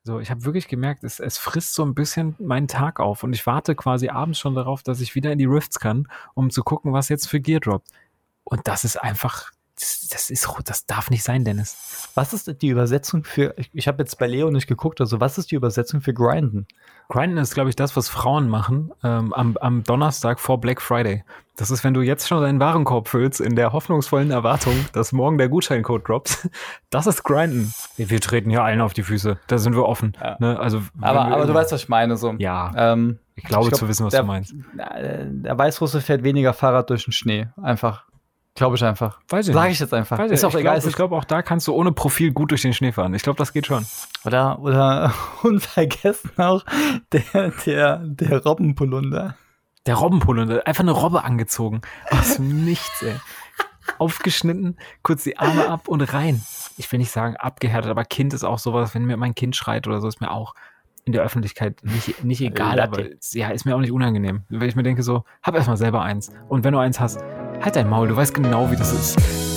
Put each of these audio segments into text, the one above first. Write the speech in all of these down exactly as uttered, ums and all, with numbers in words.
So, ich habe wirklich gemerkt, es, es frisst so ein bisschen meinen Tag auf und ich warte quasi abends schon darauf, dass ich wieder in die Rifts kann, um zu gucken, was jetzt für Gear droppt. Und das ist einfach, das, das ist, das darf nicht sein, Dennis. Was ist die Übersetzung für, ich, ich habe jetzt bei Leo nicht geguckt, also was ist die Übersetzung für grinden? Grinden ist, glaube ich, das, was Frauen machen ähm, am, am Donnerstag vor Black Friday. Das ist, wenn du jetzt schon deinen Warenkorb füllst, in der hoffnungsvollen Erwartung, dass morgen der Gutscheincode droppt. Das ist Grinden. Wir treten hier allen auf die Füße. Da sind wir offen. Ja. Ne? Also, aber aber du weißt, was ich meine. So. Ja, ähm, ich glaube ich glaub, zu wissen, was der, du meinst. Der Weißrusse fährt weniger Fahrrad durch den Schnee. Einfach. Glaube ich einfach. Weiß ich Sag nicht. ich jetzt einfach. Weiß ist ich auch egal. Glaub, ich glaube, auch da kannst du ohne Profil gut durch den Schnee fahren. Ich glaube, das geht schon. Oder, oder unvergessen auch der, der, der Robbenpolunder. Der Robbenpolunder. Einfach eine Robbe angezogen. Aus dem Nichts, ey. Aufgeschnitten, kurz die Arme ab und rein. Ich will nicht sagen abgehärtet, aber Kind ist auch sowas, wenn mir mein Kind schreit oder so, ist mir auch in der Öffentlichkeit nicht, nicht egal, aber ja, ist mir auch nicht unangenehm. Weil ich mir denke so, hab erstmal selber eins. Und wenn du eins hast, halt dein Maul, du weißt genau, wie das ist.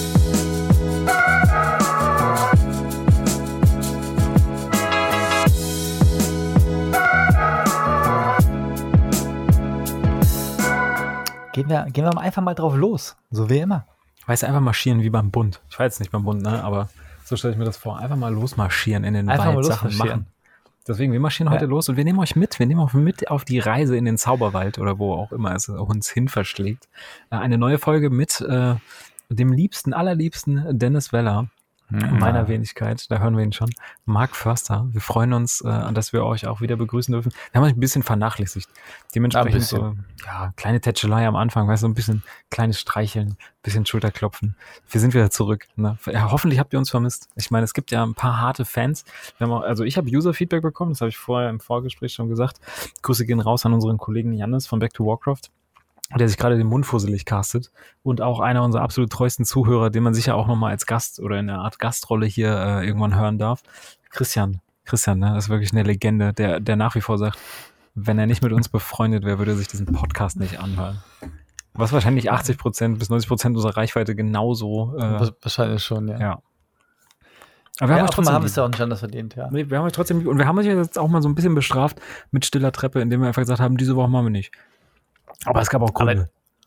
Gehen wir, gehen wir einfach mal drauf los, so wie immer. Weißt du, einfach marschieren wie beim Bund. Ich war jetzt nicht beim Bund, ne, aber so stelle ich mir das vor. Einfach mal losmarschieren in den einfach Wald, mal Sachen machen. Deswegen, wir marschieren ja. heute los und wir nehmen euch mit. Wir nehmen auch mit auf die Reise in den Zauberwald oder wo auch immer es uns hin verschlägt. Eine neue Folge mit äh, dem liebsten, allerliebsten Dennis Weller. In meiner Wenigkeit, da hören wir ihn schon. Marc Förster. Wir freuen uns, äh, dass wir euch auch wieder begrüßen dürfen. Wir haben euch ein bisschen vernachlässigt. Dementsprechend so, ja, kleine Tätschelei am Anfang, weißt du, ein bisschen kleines Streicheln, ein bisschen Schulterklopfen. Wir sind wieder zurück. Ne? Ja, hoffentlich habt ihr uns vermisst. Ich meine, es gibt ja ein paar harte Fans. Wir haben auch, also ich habe User-Feedback bekommen, das habe ich vorher im Vorgespräch schon gesagt. Grüße gehen raus an unseren Kollegen Jannis von Back to Warcraft, der sich gerade den Mund fusselig castet und auch einer unserer absolut treuesten Zuhörer, den man sicher auch nochmal als Gast oder in einer Art Gastrolle hier äh, irgendwann hören darf. Christian, Christian, ne, das ist wirklich eine Legende, der, der nach wie vor sagt, wenn er nicht mit uns befreundet wäre, würde er sich diesen Podcast nicht anhören. Was wahrscheinlich achtzig Prozent bis neunzig Prozent unserer Reichweite genauso. Äh, wahrscheinlich schon, ja. ja. Aber wir ja, haben euch trotzdem haben es ja auch nicht anders verdient, ja. Nee, wir haben euch trotzdem lieb. Und wir haben euch jetzt auch mal so ein bisschen bestraft mit stiller Treppe, indem wir einfach gesagt haben, diese Woche machen wir nicht. Aber es gab auch Gründe.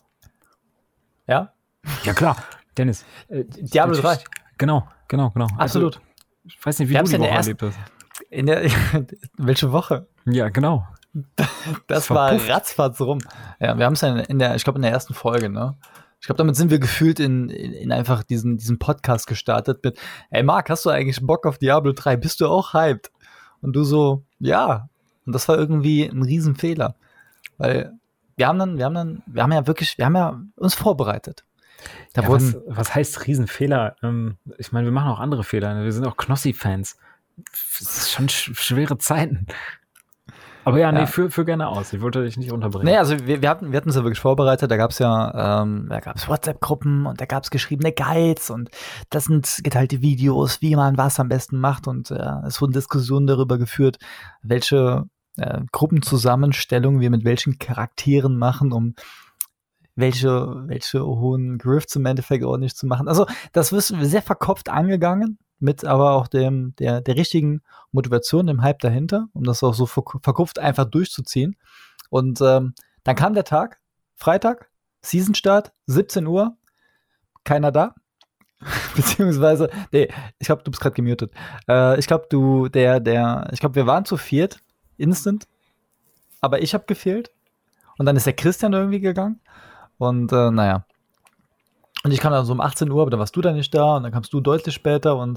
Ja? Ja, klar. Dennis. Äh, Diablo drei. Genau, genau, genau. Absolut. Also, ich weiß nicht, wie wir du die Woche ersten, erlebt hast. In der, welche Woche? Ja, genau. Das, das war ratzfatz rum. Ja, wir haben es ja in der, ich glaube, in der ersten Folge, ne? Ich glaube, damit sind wir gefühlt in, in, in einfach diesen, diesen Podcast gestartet mit, ey Marc, hast du eigentlich Bock auf Diablo drei? Bist du auch hyped? Und du so, ja. Und das war irgendwie ein Riesenfehler. Weil wir haben dann, wir haben dann, wir haben ja wirklich, wir haben ja uns vorbereitet. Da ja, wurden, was, was heißt Riesenfehler? Ähm, ich meine, wir machen auch andere Fehler. Wir sind auch Knossi-Fans. Es ist schon sch- schwere Zeiten. Aber ja, nee, ja. Für, für gerne aus. Ich wollte dich nicht unterbringen. Nee, also wir, wir hatten wir hatten es ja wirklich vorbereitet. Da gab es ja, ähm, da gab es WhatsApp-Gruppen und da gab es geschriebene Guides und das sind geteilte Videos, wie man was am besten macht. Und äh, es wurden Diskussionen darüber geführt, welche äh, Gruppenzusammenstellungen wir mit welchen Charakteren machen, um welche, welche hohen Grifts im Endeffekt ordentlich zu machen. Also das ist sehr verkopft angegangen, mit aber auch dem der, der richtigen Motivation, dem Hype dahinter, um das auch so verkopft einfach durchzuziehen. Und ähm, dann kam der Tag, Freitag, Seasonstart, siebzehn Uhr, keiner da. Beziehungsweise, nee, ich glaube, du bist gerade gemutet. Äh, ich glaube, du, der, der, ich glaube, wir waren zu viert, instant, aber ich habe gefehlt. Und dann ist der Christian irgendwie gegangen. Und äh, naja. Und ich kam dann so um achtzehn Uhr, aber dann warst du dann nicht da und dann kamst du deutlich später und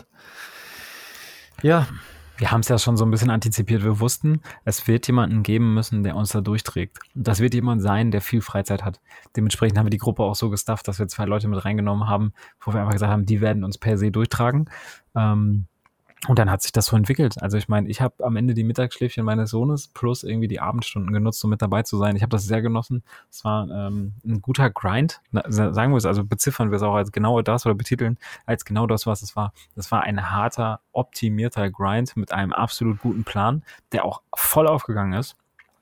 ja. Wir haben es ja schon so ein bisschen antizipiert. Wir wussten, es wird jemanden geben müssen, der uns da durchträgt. Und das wird jemand sein, der viel Freizeit hat. Dementsprechend haben wir die Gruppe auch so gestafft, dass wir zwei Leute mit reingenommen haben, wo wir einfach gesagt haben, die werden uns per se durchtragen. Ähm, Und dann hat sich das so entwickelt. Also ich meine, ich habe am Ende die Mittagsschläfchen meines Sohnes plus irgendwie die Abendstunden genutzt, um mit dabei zu sein. Ich habe das sehr genossen. Es war ähm, ein guter Grind. Na, sagen wir es, also beziffern wir es auch als genau das oder betiteln als genau das, was es war. Das war ein harter, optimierter Grind mit einem absolut guten Plan, der auch voll aufgegangen ist.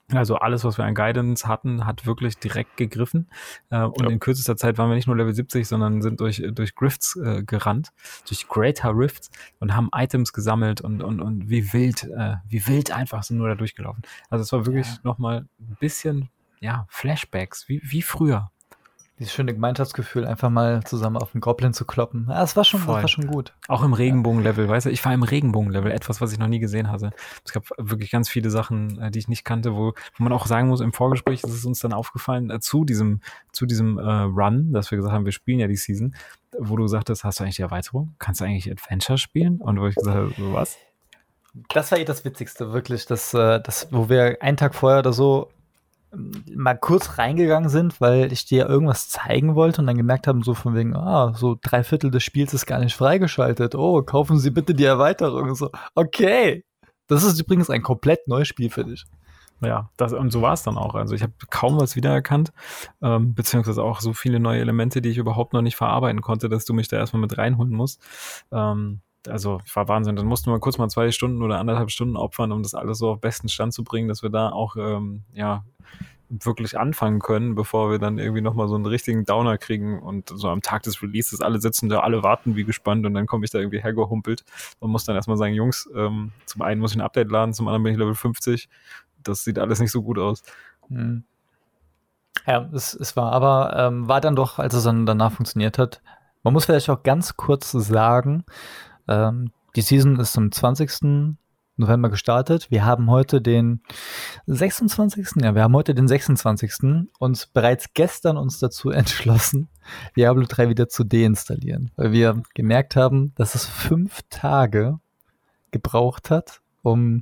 Also alles, was wir an Guidance hatten, hat wirklich direkt gegriffen. Äh, und ja. in kürzester Zeit waren wir nicht nur Level siebzig, sondern sind durch, durch Grifts äh, gerannt, durch Greater Rifts und haben Items gesammelt und, und, und wie wild, äh, wie wild einfach sind nur da durchgelaufen. Also es war wirklich ja. nochmal ein bisschen, ja, Flashbacks, wie, wie früher. Dieses schöne Gemeinschaftsgefühl, einfach mal zusammen auf den Goblin zu kloppen. Ja, das war schon, das war schon gut. Auch im Regenbogen-Level, weißt du, ich war im Regenbogen-Level, etwas, was ich noch nie gesehen hatte. Es gab wirklich ganz viele Sachen, die ich nicht kannte, wo, wo man auch sagen muss, im Vorgespräch ist es uns dann aufgefallen, äh, zu diesem, zu diesem äh, Run, dass wir gesagt haben, wir spielen ja die Season, wo du sagtest, hast du eigentlich die Erweiterung? Kannst du eigentlich Adventure spielen? Und wo ich gesagt habe, so was? Das war eh das Witzigste, wirklich, das, das, wo wir einen Tag vorher oder so mal kurz reingegangen sind, weil ich dir irgendwas zeigen wollte und dann gemerkt haben, so von wegen, ah, so drei Viertel des Spiels ist gar nicht freigeschaltet. Oh, kaufen Sie bitte die Erweiterung. So, okay. Das ist übrigens ein komplett neues Spiel für dich. Ja, das, und so war es dann auch. Also ich habe kaum was wiedererkannt, ähm, beziehungsweise auch so viele neue Elemente, die ich überhaupt noch nicht verarbeiten konnte, dass du mich da erstmal mit reinholen musst. Ähm, also war Wahnsinn. Dann mussten wir kurz mal zwei Stunden oder anderthalb Stunden opfern, um das alles so auf besten Stand zu bringen, dass wir da auch, ähm, ja, wirklich anfangen können, bevor wir dann irgendwie nochmal so einen richtigen Downer kriegen und so am Tag des Releases alle sitzen da, alle warten wie gespannt und dann komme ich da irgendwie hergehumpelt und muss dann erstmal sagen, Jungs, ähm, zum einen muss ich ein Update laden, zum anderen bin ich Level fünfzig. Das sieht alles nicht so gut aus. Hm. Ja, es, es war aber, ähm, war dann doch, als es dann danach funktioniert hat, man muss vielleicht auch ganz kurz sagen, ähm, die Season ist am zwanzigsten November gestartet. Wir haben heute den sechsundzwanzigsten Ja, wir haben heute den sechsundzwanzigsten und bereits gestern uns dazu entschlossen, Diablo drei wieder zu deinstallieren, weil wir gemerkt haben, dass es fünf Tage gebraucht hat, um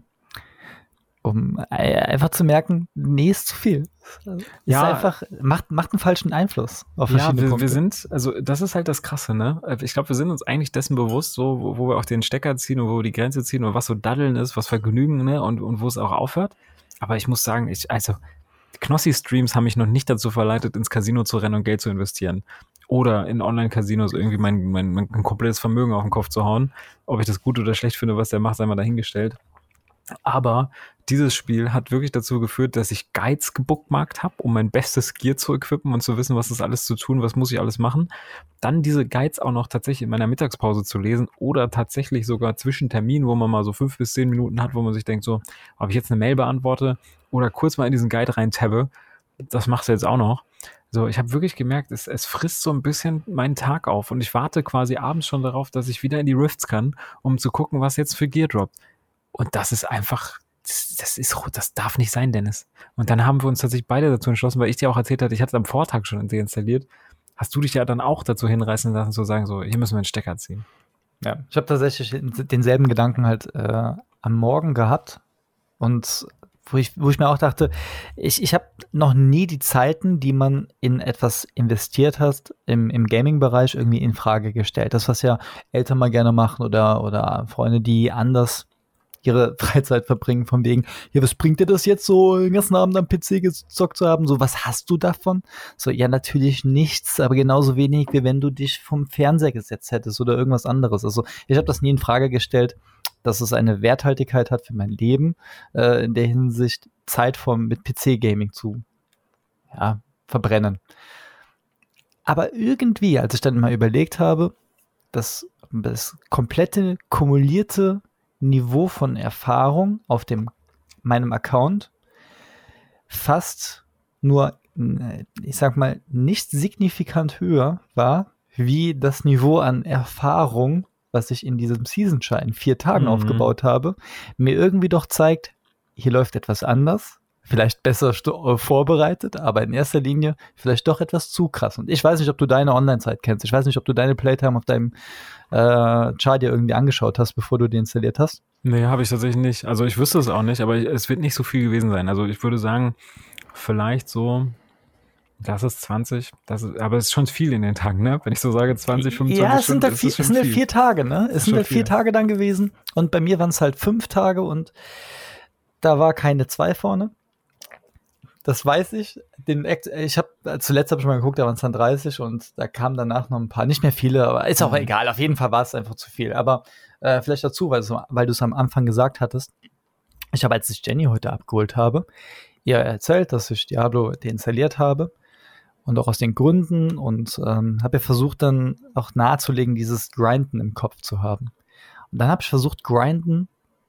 um einfach zu merken, nee, ist zu viel. Ist ja, einfach, macht, macht einen falschen Einfluss auf verschiedene ja, wir, Punkte. wir sind, also das ist halt das Krasse, ne? Ich glaube, wir sind uns eigentlich dessen bewusst, so, wo, wo wir auch den Stecker ziehen und wo wir die Grenze ziehen und was so Daddeln ist, was Vergnügen, ne? Und, und wo es auch aufhört. Aber ich muss sagen, ich, also Knossi-Streams haben mich noch nicht dazu verleitet, ins Casino zu rennen und Geld zu investieren. Oder in Online-Casinos irgendwie mein, mein, mein komplettes Vermögen auf den Kopf zu hauen. Ob ich das gut oder schlecht finde, was der macht, sei mal dahingestellt. Aber dieses Spiel hat wirklich dazu geführt, dass ich Guides gebookmarkt habe, um mein bestes Gear zu equippen und zu wissen, was ist alles zu tun, was muss ich alles machen. Dann diese Guides auch noch tatsächlich in meiner Mittagspause zu lesen oder tatsächlich sogar zwischen Terminen, wo man mal so fünf bis zehn Minuten hat, wo man sich denkt, so, ob ich jetzt eine Mail beantworte oder kurz mal in diesen Guide rein tabbe, das machst du jetzt auch noch. So, ich habe wirklich gemerkt, es, es frisst so ein bisschen meinen Tag auf und ich warte quasi abends schon darauf, dass ich wieder in die Rifts kann, um zu gucken, was jetzt für Gear droppt. Und das ist einfach, das, das ist, das darf nicht sein, Dennis. Und dann haben wir uns tatsächlich beide dazu entschlossen, weil ich dir auch erzählt hatte, ich hatte es am Vortag schon deinstalliert. Hast du dich ja dann auch dazu hinreißen lassen, zu sagen, so, hier müssen wir einen Stecker ziehen. Ja, ich habe tatsächlich denselben Gedanken halt äh, am Morgen gehabt und wo ich, wo ich mir auch dachte, ich, ich habe noch nie die Zeiten, die man in etwas investiert hat, im, im Gaming-Bereich irgendwie in Frage gestellt. Das, was ja Eltern mal gerne machen oder, oder Freunde, die anders ihre Freizeit verbringen, von wegen, ja, was bringt dir das jetzt so, den ganzen Abend am P C gezockt zu haben? So, was hast du davon? So, ja, natürlich nichts, aber genauso wenig, wie wenn du dich vom Fernseher gesetzt hättest oder irgendwas anderes. Also, ich habe das nie in Frage gestellt, dass es eine Werthaltigkeit hat für mein Leben, äh, in der Hinsicht Zeit vom, mit P C-Gaming zu, ja, verbrennen. Aber irgendwie, als ich dann mal überlegt habe, dass das komplette kumulierte Niveau von Erfahrung auf dem meinem Account fast nur, ich sag mal, nicht signifikant höher war, wie das Niveau an Erfahrung, was ich in diesem Season-Chart in vier Tagen mhm. aufgebaut habe, mir irgendwie doch zeigt, hier läuft etwas anders, vielleicht besser st- vorbereitet, aber in erster Linie vielleicht doch etwas zu krass. Und ich weiß nicht, ob du deine Online-Zeit kennst. Ich weiß nicht, ob du deine Playtime auf deinem äh, Chart dir irgendwie angeschaut hast, bevor du den installiert hast. Nee, habe ich tatsächlich nicht. Also ich wüsste es auch nicht, aber es wird nicht so viel gewesen sein. Also ich würde sagen, vielleicht so, das ist zwanzig, das ist, aber es ist schon viel in den Tagen, ne? Wenn ich so sage zwanzig, fünfundzwanzig ja, es Stunden, sind da vier, es sind ja vier Tage, ne? Es sind ja vier Tage dann gewesen und bei mir waren es halt fünf Tage und da war keine zwei vorne. Das weiß ich. Den Act, ich habe zuletzt habe ich mal geguckt, da waren es dann dreißig und da kamen danach noch ein paar, nicht mehr viele, aber ist auch mhm. egal. Auf jeden Fall war es einfach zu viel. Aber äh, vielleicht dazu, weil, weil du es am Anfang gesagt hattest. Ich habe, als ich Jenny heute abgeholt habe, ihr erzählt, dass ich Diablo deinstalliert habe und auch aus den Gründen und ähm, habe ja versucht dann auch nahezulegen, dieses Grinden im Kopf zu haben. Und dann habe ich versucht, Grinden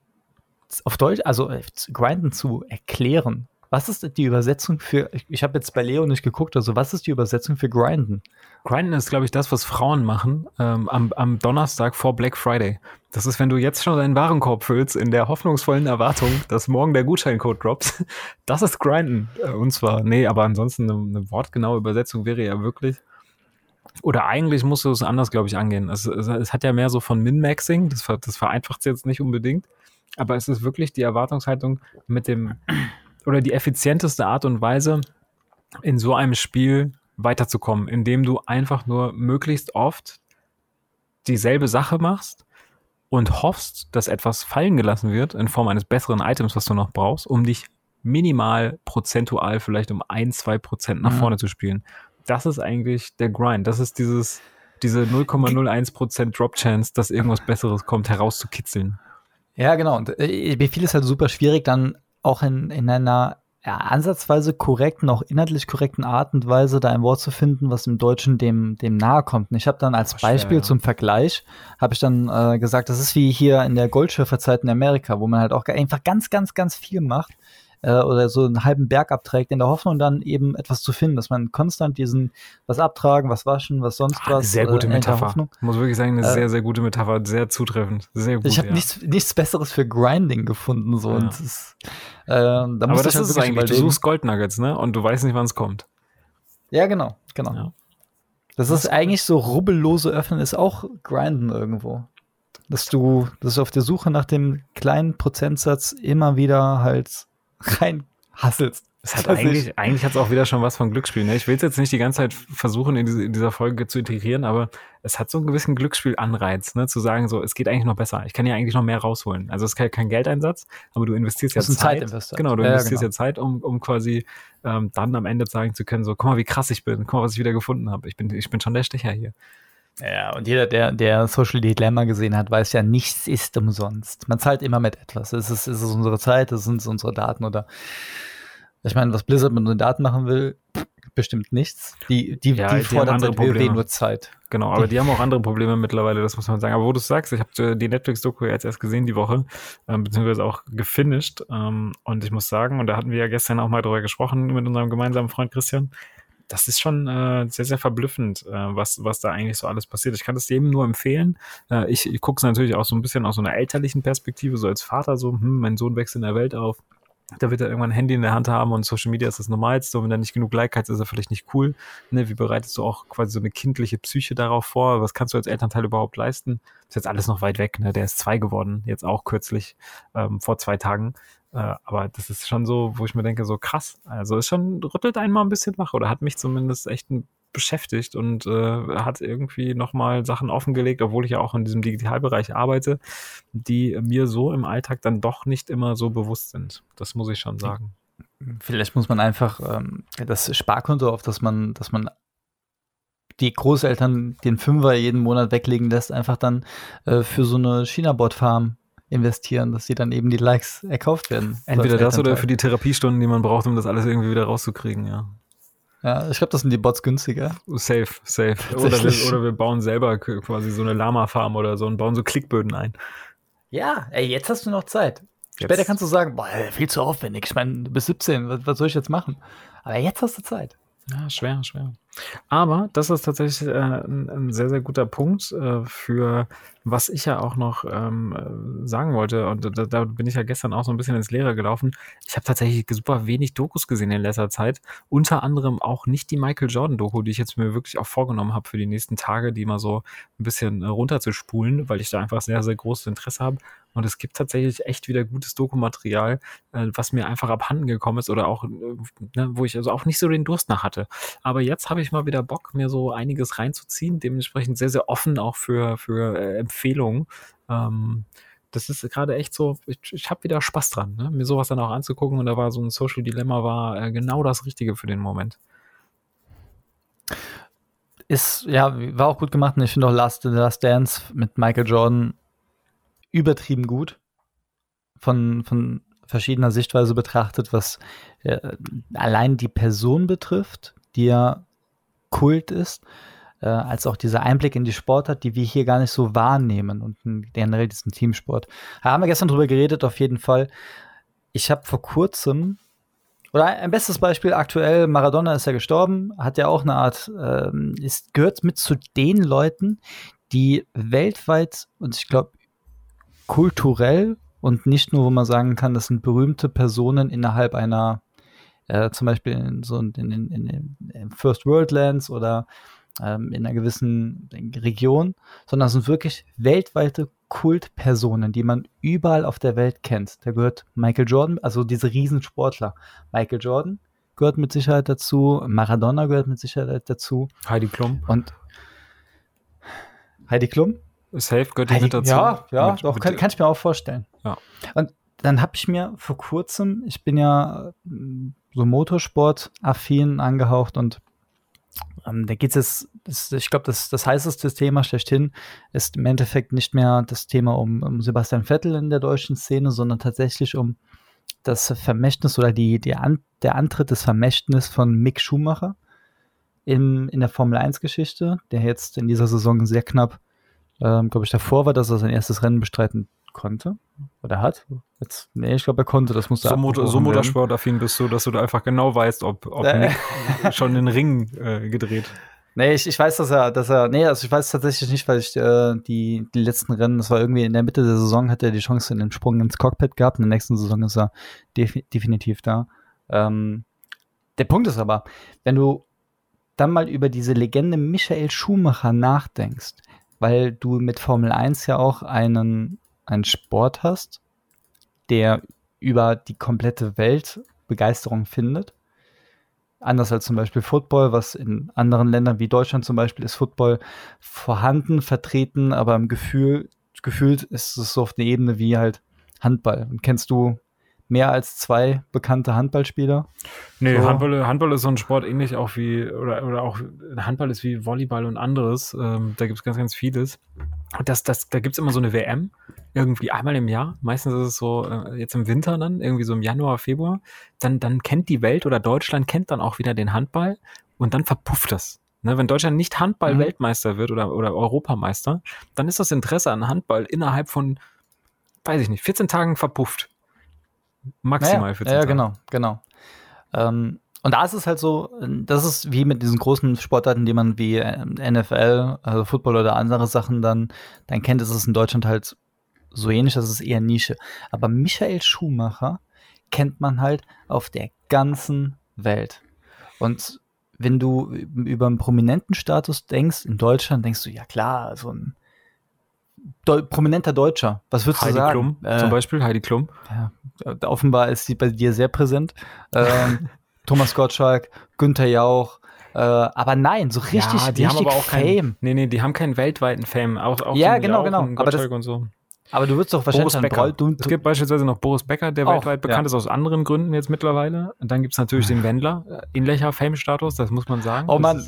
auf Deutsch, also äh, Grinden zu erklären. Was ist die Übersetzung für, ich, ich habe jetzt bei Leo nicht geguckt, also was ist die Übersetzung für Grinden? Grinden ist, glaube ich, das, was Frauen machen ähm, am, am Donnerstag vor Black Friday. Das ist, wenn du jetzt schon deinen Warenkorb füllst, in der hoffnungsvollen Erwartung, dass morgen der Gutscheincode droppt. Das ist Grinden. Und zwar, nee, aber ansonsten eine, eine wortgenaue Übersetzung wäre ja wirklich, oder eigentlich musst du es anders, glaube ich, angehen. Es, es, es hat ja mehr so von Min-Maxing, das, das vereinfacht es jetzt nicht unbedingt, aber es ist wirklich die Erwartungshaltung mit dem, oder die effizienteste Art und Weise, in so einem Spiel weiterzukommen, indem du einfach nur möglichst oft dieselbe Sache machst und hoffst, dass etwas fallen gelassen wird in Form eines besseren Items, was du noch brauchst, um dich minimal prozentual vielleicht um ein, zwei Prozent nach vorne zu spielen. Das ist eigentlich der Grind. Das ist dieses, diese null Komma null eins Prozent Drop-Chance, dass irgendwas Besseres kommt, herauszukitzeln. Ja, genau. Und äh, mir fiel es halt super schwierig, dann auch in, in einer ja, ansatzweise korrekten, auch inhaltlich korrekten Art und Weise da ein Wort zu finden, was im Deutschen dem, dem nahe kommt. Und ich habe dann als schwer, Beispiel ja. zum Vergleich, habe ich dann äh, gesagt, das ist wie hier in der Goldschürferzeit in Amerika, wo man halt auch einfach ganz, ganz, ganz viel macht äh, oder so einen halben Berg abträgt, in der Hoffnung dann eben etwas zu finden, dass man konstant diesen, was abtragen, was waschen, was sonst Ah, eine was. sehr gute äh, in der Metapher. Hoffnung. Ich muss wirklich sagen, eine Äh, sehr, sehr gute Metapher. Sehr zutreffend. Sehr gut, Ich habe ja. nichts, nichts Besseres für Grinding gefunden. So. Ja. Und das, äh, da Aber musste das ich halt ist es wirklich eigentlich. Du überlegen. suchst Goldnuggets, ne? Und du weißt nicht, wann es kommt. Ja, genau, genau. Ja. Das, Das ist ist eigentlich so rubbellose Öffnen, ist auch Grinden irgendwo. Dass du, dass du auf der Suche nach dem kleinen Prozentsatz immer wieder halt rein hasselst. Es hat Dass eigentlich, ich- eigentlich hat es auch wieder schon was von Glücksspiel. Ne? Ich will es jetzt nicht die ganze Zeit versuchen, in, diese, in dieser Folge zu integrieren, aber es hat so einen gewissen Glücksspielanreiz, ne? Zu sagen, so, es geht eigentlich noch besser. Ich kann ja eigentlich noch mehr rausholen. Also es ist kein, kein Geldeinsatz, aber du investierst ja Das ist ein Zeit. Zeitinvestor. Genau, du Ja, investierst genau. ja Zeit, um, um quasi ähm, dann am Ende sagen zu können, so, guck mal, wie krass ich bin, guck mal, was ich wieder gefunden habe. Ich bin, ich bin schon der Stecher hier. Ja, und jeder, der, der Social Dilemma gesehen hat, weiß ja, nichts ist umsonst. Man zahlt immer mit etwas. Es ist, es ist unsere Zeit, es sind unsere Daten oder ich meine, was Blizzard mit unseren Daten machen will, bestimmt nichts. Die, die, Ja, die die haben fordern andere seit WoW Probleme. nur Zeit. Genau, aber Die- die haben auch andere Probleme mittlerweile, das muss man sagen. Aber wo du es sagst, ich habe die Netflix-Doku jetzt erst gesehen die Woche, ähm, beziehungsweise auch gefinisht. Ähm, und ich muss sagen, und da hatten wir ja gestern auch mal drüber gesprochen mit unserem gemeinsamen Freund Christian, das ist schon äh, sehr, sehr verblüffend, äh, was, was da eigentlich so alles passiert. Ich kann das jedem nur empfehlen. Äh, ich ich gucke es natürlich auch so ein bisschen aus so einer elterlichen Perspektive, so als Vater so, hm, mein Sohn wächst in der Welt auf. Da wird er irgendwann ein Handy in der Hand haben und Social Media ist das Normalste. Und wenn er nicht genug Like hat, ist er vielleicht nicht cool. Ne, wie bereitest du auch quasi so eine kindliche Psyche darauf vor? Was kannst du als Elternteil überhaupt leisten? Ist jetzt alles noch weit weg. Ne? Der ist zwei geworden, jetzt auch kürzlich, ähm, vor zwei Tagen. Äh, aber das ist schon so, wo ich mir denke, so krass. Also ist schon, rüttelt einen mal ein bisschen wach oder hat mich zumindest echt ein beschäftigt und äh, hat irgendwie nochmal Sachen offengelegt, obwohl ich ja auch in diesem Digitalbereich arbeite, die mir so im Alltag dann doch nicht immer so bewusst sind. Das muss ich schon sagen. Vielleicht muss man einfach ähm, das Sparkonto, auf das man, dass man die Großeltern den Fünfer jeden Monat weglegen lässt, einfach dann äh, für so eine China-Bot-Farm investieren, dass die dann eben die Likes erkauft werden. Entweder das oder Elternteil. für die Therapiestunden, die man braucht, um das alles irgendwie wieder rauszukriegen, ja. Ja, ich glaube, das sind die Bots günstiger. Safe, safe. Oder Tatsächlich. wir, oder wir bauen selber k- quasi so eine Lama-Farm oder so und bauen so Klickböden ein. Ja, ey, jetzt hast du noch Zeit. Jetzt- Später kannst du sagen, boah, ey, viel zu aufwendig. Ich meine, du bist siebzehn, was, was soll ich jetzt machen? Aber jetzt hast du Zeit. Ja, schwer, schwer. Aber das ist tatsächlich äh, ein, ein sehr, sehr guter Punkt äh, für was ich ja auch noch ähm, äh, sagen wollte. Und da, da bin ich ja gestern auch so ein bisschen ins Leere gelaufen. Ich habe tatsächlich super wenig Dokus gesehen in letzter Zeit. Unter anderem auch nicht die Michael Jordan-Doku, die ich jetzt mir wirklich auch vorgenommen habe für die nächsten Tage, die mal so ein bisschen äh, runterzuspulen, weil ich da einfach sehr, sehr großes Interesse habe. Und es gibt tatsächlich echt wieder gutes Dokumaterial, äh, was mir einfach abhanden gekommen ist oder auch, äh, ne, wo ich also auch nicht so den Durst nach hatte. Aber jetzt habe ich mal wieder Bock, mir so einiges reinzuziehen, dementsprechend sehr, sehr offen auch für, für äh, Empfehlungen. Ähm, das ist gerade echt so, ich, ich habe wieder Spaß dran, ne? Mir sowas dann auch anzugucken und da war so ein Social Dilemma war äh, genau das Richtige für den Moment. Ist, ja, war auch gut gemacht. Und ich finde auch Last, Last Dance mit Michael Jordan übertrieben gut. Von, von, verschiedener Sichtweise betrachtet, was äh, allein die Person betrifft, die ja Kult ist, äh, als auch dieser Einblick in die Sportart, die wir hier gar nicht so wahrnehmen und generell diesen Teamsport. Da haben wir gestern drüber geredet, auf jeden Fall. Ich habe vor kurzem, oder ein bestes Beispiel aktuell, Maradona ist ja gestorben, hat ja auch eine Art, ähm, ist, gehört mit zu den Leuten, die weltweit, und ich glaube kulturell und nicht nur, wo man sagen kann, das sind berühmte Personen innerhalb einer, äh, zum Beispiel in so in, in, in, in First World Lands oder ähm, in einer gewissen Region, sondern es sind wirklich weltweite Kultpersonen, die man überall auf der Welt kennt. Da gehört Michael Jordan, also diese Riesensportler. Michael Jordan gehört mit Sicherheit dazu, Maradona gehört mit Sicherheit dazu. Heidi Klum. Und Heidi Klum? Safe gehört die mit dazu. Ja, ja, mit, doch, mit, kann, kann ich mir auch vorstellen. Ja. Und dann habe ich mir vor kurzem, ich bin ja so Motorsport-affin angehaucht und ähm, da geht es jetzt, ich glaube, das, das heißeste Thema schlechthin ist im Endeffekt nicht mehr das Thema um, um Sebastian Vettel in der deutschen Szene, sondern tatsächlich um das Vermächtnis oder die, die An, der Antritt des Vermächtnis von Mick Schumacher in, in der Formel eins Geschichte, der jetzt in dieser Saison sehr knapp, ähm, glaube ich, davor war, dass er sein erstes Rennen bestreiten konnte oder hat. Jetzt, nee, ich glaube, er konnte, das musste So, Motor, so Motorsportaffin bist du, dass du da einfach genau weißt, ob, ob Äh. Mick schon den Ring äh, gedreht. Nee, ich, ich weiß, dass er, dass er, nee, also ich weiß tatsächlich nicht, weil ich äh, die, die letzten Rennen, das war irgendwie in der Mitte der Saison, hat er die Chance in den Sprung ins Cockpit gehabt. In der nächsten Saison ist er def- definitiv da. Ähm, der Punkt ist aber, wenn du dann mal über diese Legende Michael Schumacher nachdenkst, weil du mit Formel eins ja auch einen, einen Sport hast, der über die komplette Welt Begeisterung findet. Anders als zum Beispiel Football, was in anderen Ländern wie Deutschland zum Beispiel ist Football vorhanden, vertreten, aber im Gefühl, gefühlt ist es so auf der Ebene wie halt Handball. Und kennst du mehr als zwei bekannte Handballspieler? Nee, So. Handball, Handball ist so ein Sport ähnlich auch wie, oder, oder auch Handball ist wie Volleyball und anderes. Ähm, da gibt es ganz, ganz vieles. Und das, das, da gibt es immer so eine W M, irgendwie einmal im Jahr. Meistens ist es so, äh, jetzt im Winter dann, irgendwie so im Januar, Februar. Dann, dann kennt die Welt oder Deutschland kennt dann auch wieder den Handball und dann verpufft das. Ne, wenn Deutschland nicht Handball-Weltmeister mhm. wird oder, oder Europameister, dann ist das Interesse an Handball innerhalb von, weiß ich nicht, vierzehn Tagen verpufft. Maximal ja, vierzehn ja, Tage. genau, genau. Ähm, und da ist es halt so, das ist wie mit diesen großen Sportarten, die man wie N F L, also Football oder andere Sachen dann, dann kennt, ist es in Deutschland halt so ähnlich, das ist eher Nische. Aber Michael Schumacher kennt man halt auf der ganzen Welt. Und wenn du über einen prominenten Status denkst in Deutschland, denkst du, ja klar, so ein Deu- prominenter Deutscher. Was würdest Heidi du sagen? Klum, Äh, zum Beispiel, Heidi Klum. Ja, offenbar ist sie bei dir sehr präsent. Ähm, Thomas Gottschalk, Günther Jauch. Äh, aber nein, so richtig, ja, die richtig haben aber auch Fame. keinen, nee, nee, die haben keinen weltweiten Fame. Auch, auch Ja, so genau, Jauch genau. und Aber, das, Gottschalk und so. aber du würdest doch wahrscheinlich Boris Becker. Du, du, es gibt beispielsweise noch Boris Becker, der auch, weltweit bekannt ja. ist, aus anderen Gründen jetzt mittlerweile. Und dann gibt es natürlich den Wendler, äh, ähnlicher Fame-Status, das muss man sagen. Oh Das Mann. ist-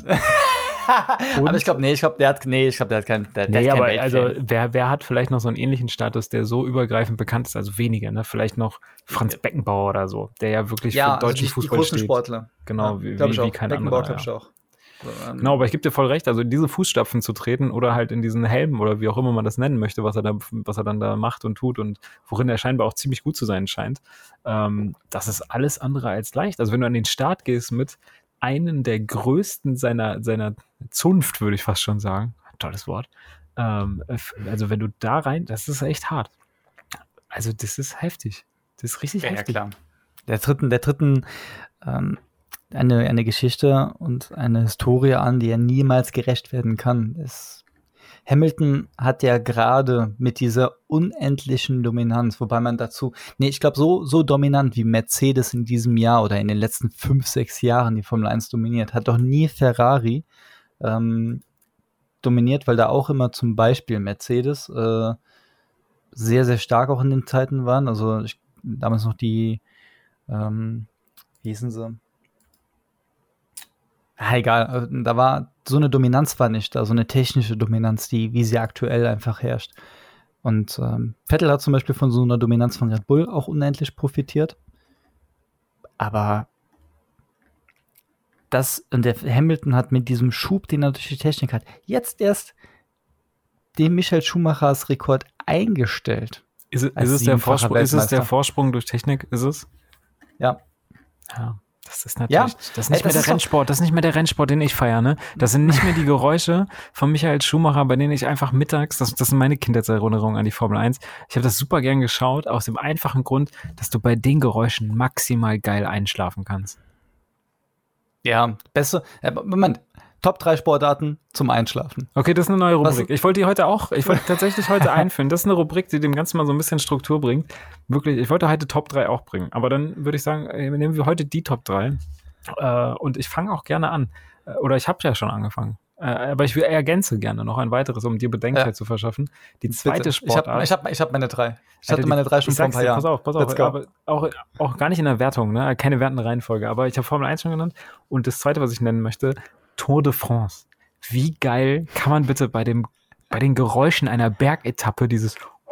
aber ich glaube, nee, ich glaube, der hat, nee, ich glaube, der hat keinen, der, der Nee, hat keinen aber Weltfame. also wer, wer hat vielleicht noch so einen ähnlichen Status, der so übergreifend bekannt ist? Also weniger, ne? Vielleicht noch Franz Beckenbauer oder so, der ja wirklich ja, für deutschen also die, Fußball die großen steht. Sportler. Genau, ja, wie, glaub wie, ich wie auch. kein Beckenbauer, anderer. glaub ich Ja. auch. So, ähm, Genau, aber ich gebe dir voll recht, also in diese Fußstapfen zu treten oder halt in diesen Helm oder wie auch immer man das nennen möchte, was er da, was er dann da macht und tut und worin er scheinbar auch ziemlich gut zu sein scheint, ähm, das ist alles andere als leicht. Also wenn du an den Start gehst mit einem der größten seiner, seiner Zunft, würde ich fast schon sagen, tolles Wort, ähm, also wenn du da rein, das ist echt hart. Also das ist heftig. Das ist richtig ja, heftig. Ja, klar. Der dritten, der dritten ähm, eine, eine Geschichte und eine Historie an, die er niemals gerecht werden kann. Es, Hamilton hat ja gerade mit dieser unendlichen Dominanz, wobei man dazu, nee, ich glaube, so, so dominant wie Mercedes in diesem Jahr oder in den letzten fünf, sechs Jahren die Formel eins dominiert, hat doch nie Ferrari ähm, dominiert, weil da auch immer zum Beispiel Mercedes äh, sehr, sehr stark auch in den Zeiten waren. Also ich, damals noch die, ähm, wie hießen sie? Ah, egal, da war so eine Dominanz war nicht da, so eine technische Dominanz, die wie sie aktuell einfach herrscht. Und ähm, Vettel hat zum Beispiel von so einer Dominanz von Red Bull auch unendlich profitiert. Aber das, und der Hamilton hat mit diesem Schub, den er durch die Technik hat, jetzt erst den Michael Schumachers Rekord eingestellt. Ist, es, ist, es der Vorsprung, ist es der Vorsprung durch Technik? Ist es? Ja. Ja. Das ist natürlich, ja. das ist nicht Ey, das mehr der Rennsport, das ist nicht mehr der Rennsport, den ich feiere, ne? Das sind nicht mehr die Geräusche von Michael Schumacher, bei denen ich einfach mittags, das, das sind meine Kindheitserinnerungen an die Formel eins. Ich habe das super gern geschaut, aus dem einfachen Grund, dass du bei den Geräuschen maximal geil einschlafen kannst. Ja, beste, äh, Moment, Top drei Sportarten zum Einschlafen. Okay, das ist eine neue Rubrik. Was? Ich wollte die heute auch, ich wollte tatsächlich heute einführen. Das ist eine Rubrik, die dem Ganzen mal so ein bisschen Struktur bringt. Wirklich, ich wollte heute Top drei auch bringen. Aber dann würde ich sagen, nehmen wir heute die Top drei. Äh, und ich fange auch gerne an. Oder ich habe ja schon angefangen. Äh, aber ich ergänze gerne noch ein weiteres, um dir Bedenkzeit ja. zu verschaffen. Die zweite Bitte. Sportart. Ich habe ich hab, ich hab meine drei. Ich hatte Alter, meine drei schon vor ein paar Jahren. Pass auf, pass auf. Aber auch, auch gar nicht in der Wertung, ne? Keine wertende Reihenfolge. Aber ich habe Formel eins schon genannt. Und das zweite, was ich nennen möchte, Tour de France. Wie geil kann man bitte bei dem, bei den Geräuschen einer Bergetappe dieses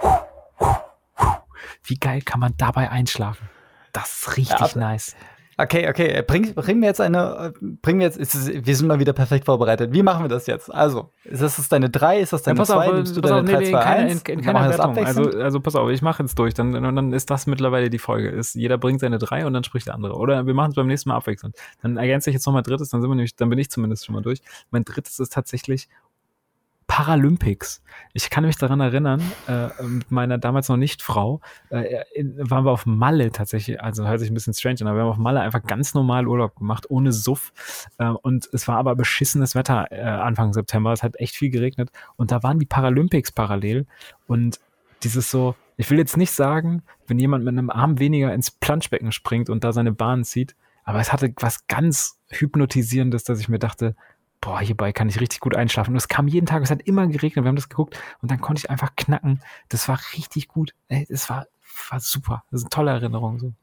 wie geil kann man dabei einschlafen? Das ist richtig ja, nice. Okay, okay, bring, bring mir jetzt eine, bring mir jetzt, ist es, wir sind mal wieder perfekt vorbereitet. Wie machen wir das jetzt? Also, ist das deine drei, ist das deine ja, zwei, auf, nimmst du deine nee, drei, zwei, eins? In, in, in keiner Wertung. Also, also pass auf, ich mache jetzt durch, dann, und dann ist das mittlerweile die Folge. Ist, jeder bringt seine drei und dann spricht der andere. Oder wir machen es beim nächsten Mal abwechselnd. Dann ergänze ich jetzt noch mein drittes, dann sind wir nämlich, dann bin ich zumindest schon mal durch. Mein drittes ist tatsächlich Paralympics. Ich kann mich daran erinnern, äh, mit meiner damals noch nicht Frau, äh, in, waren wir auf Malle tatsächlich, also hört sich ein bisschen strange an, aber wir haben auf Malle einfach ganz normal Urlaub gemacht, ohne Suff. Äh, und es war aber beschissenes Wetter äh, Anfang September, es hat echt viel geregnet und da waren die Paralympics parallel und dieses so, ich will jetzt nicht sagen, wenn jemand mit einem Arm weniger ins Planschbecken springt und da seine Bahn zieht, aber es hatte was ganz Hypnotisierendes, dass ich mir dachte, boah, hierbei kann ich richtig gut einschlafen. Und es kam jeden Tag, es hat immer geregnet, wir haben das geguckt und dann konnte ich einfach knacken. Das war richtig gut. Es war, war super. Das ist eine tolle Erinnerung. So.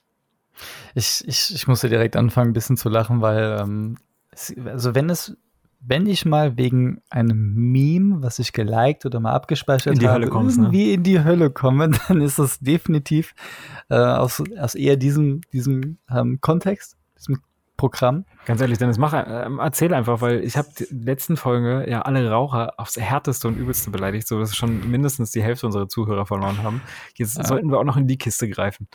Ich, ich, ich musste direkt anfangen, ein bisschen zu lachen, weil, ähm, es, also wenn es, wenn ich mal wegen einem Meme, was ich geliked oder mal abgespeichert in die habe, Hölle kommst, irgendwie ne? in die Hölle komme, dann ist das definitiv äh, aus, aus eher diesem, diesem ähm, Kontext, diesem Programm. Ganz ehrlich, Dennis, mach, äh, erzähl einfach, weil ich habe die letzten Folge ja alle Raucher aufs Härteste und Übelste beleidigt, so dass schon mindestens die Hälfte unserer Zuhörer verloren haben. Jetzt ja. sollten wir auch noch in die Kiste greifen.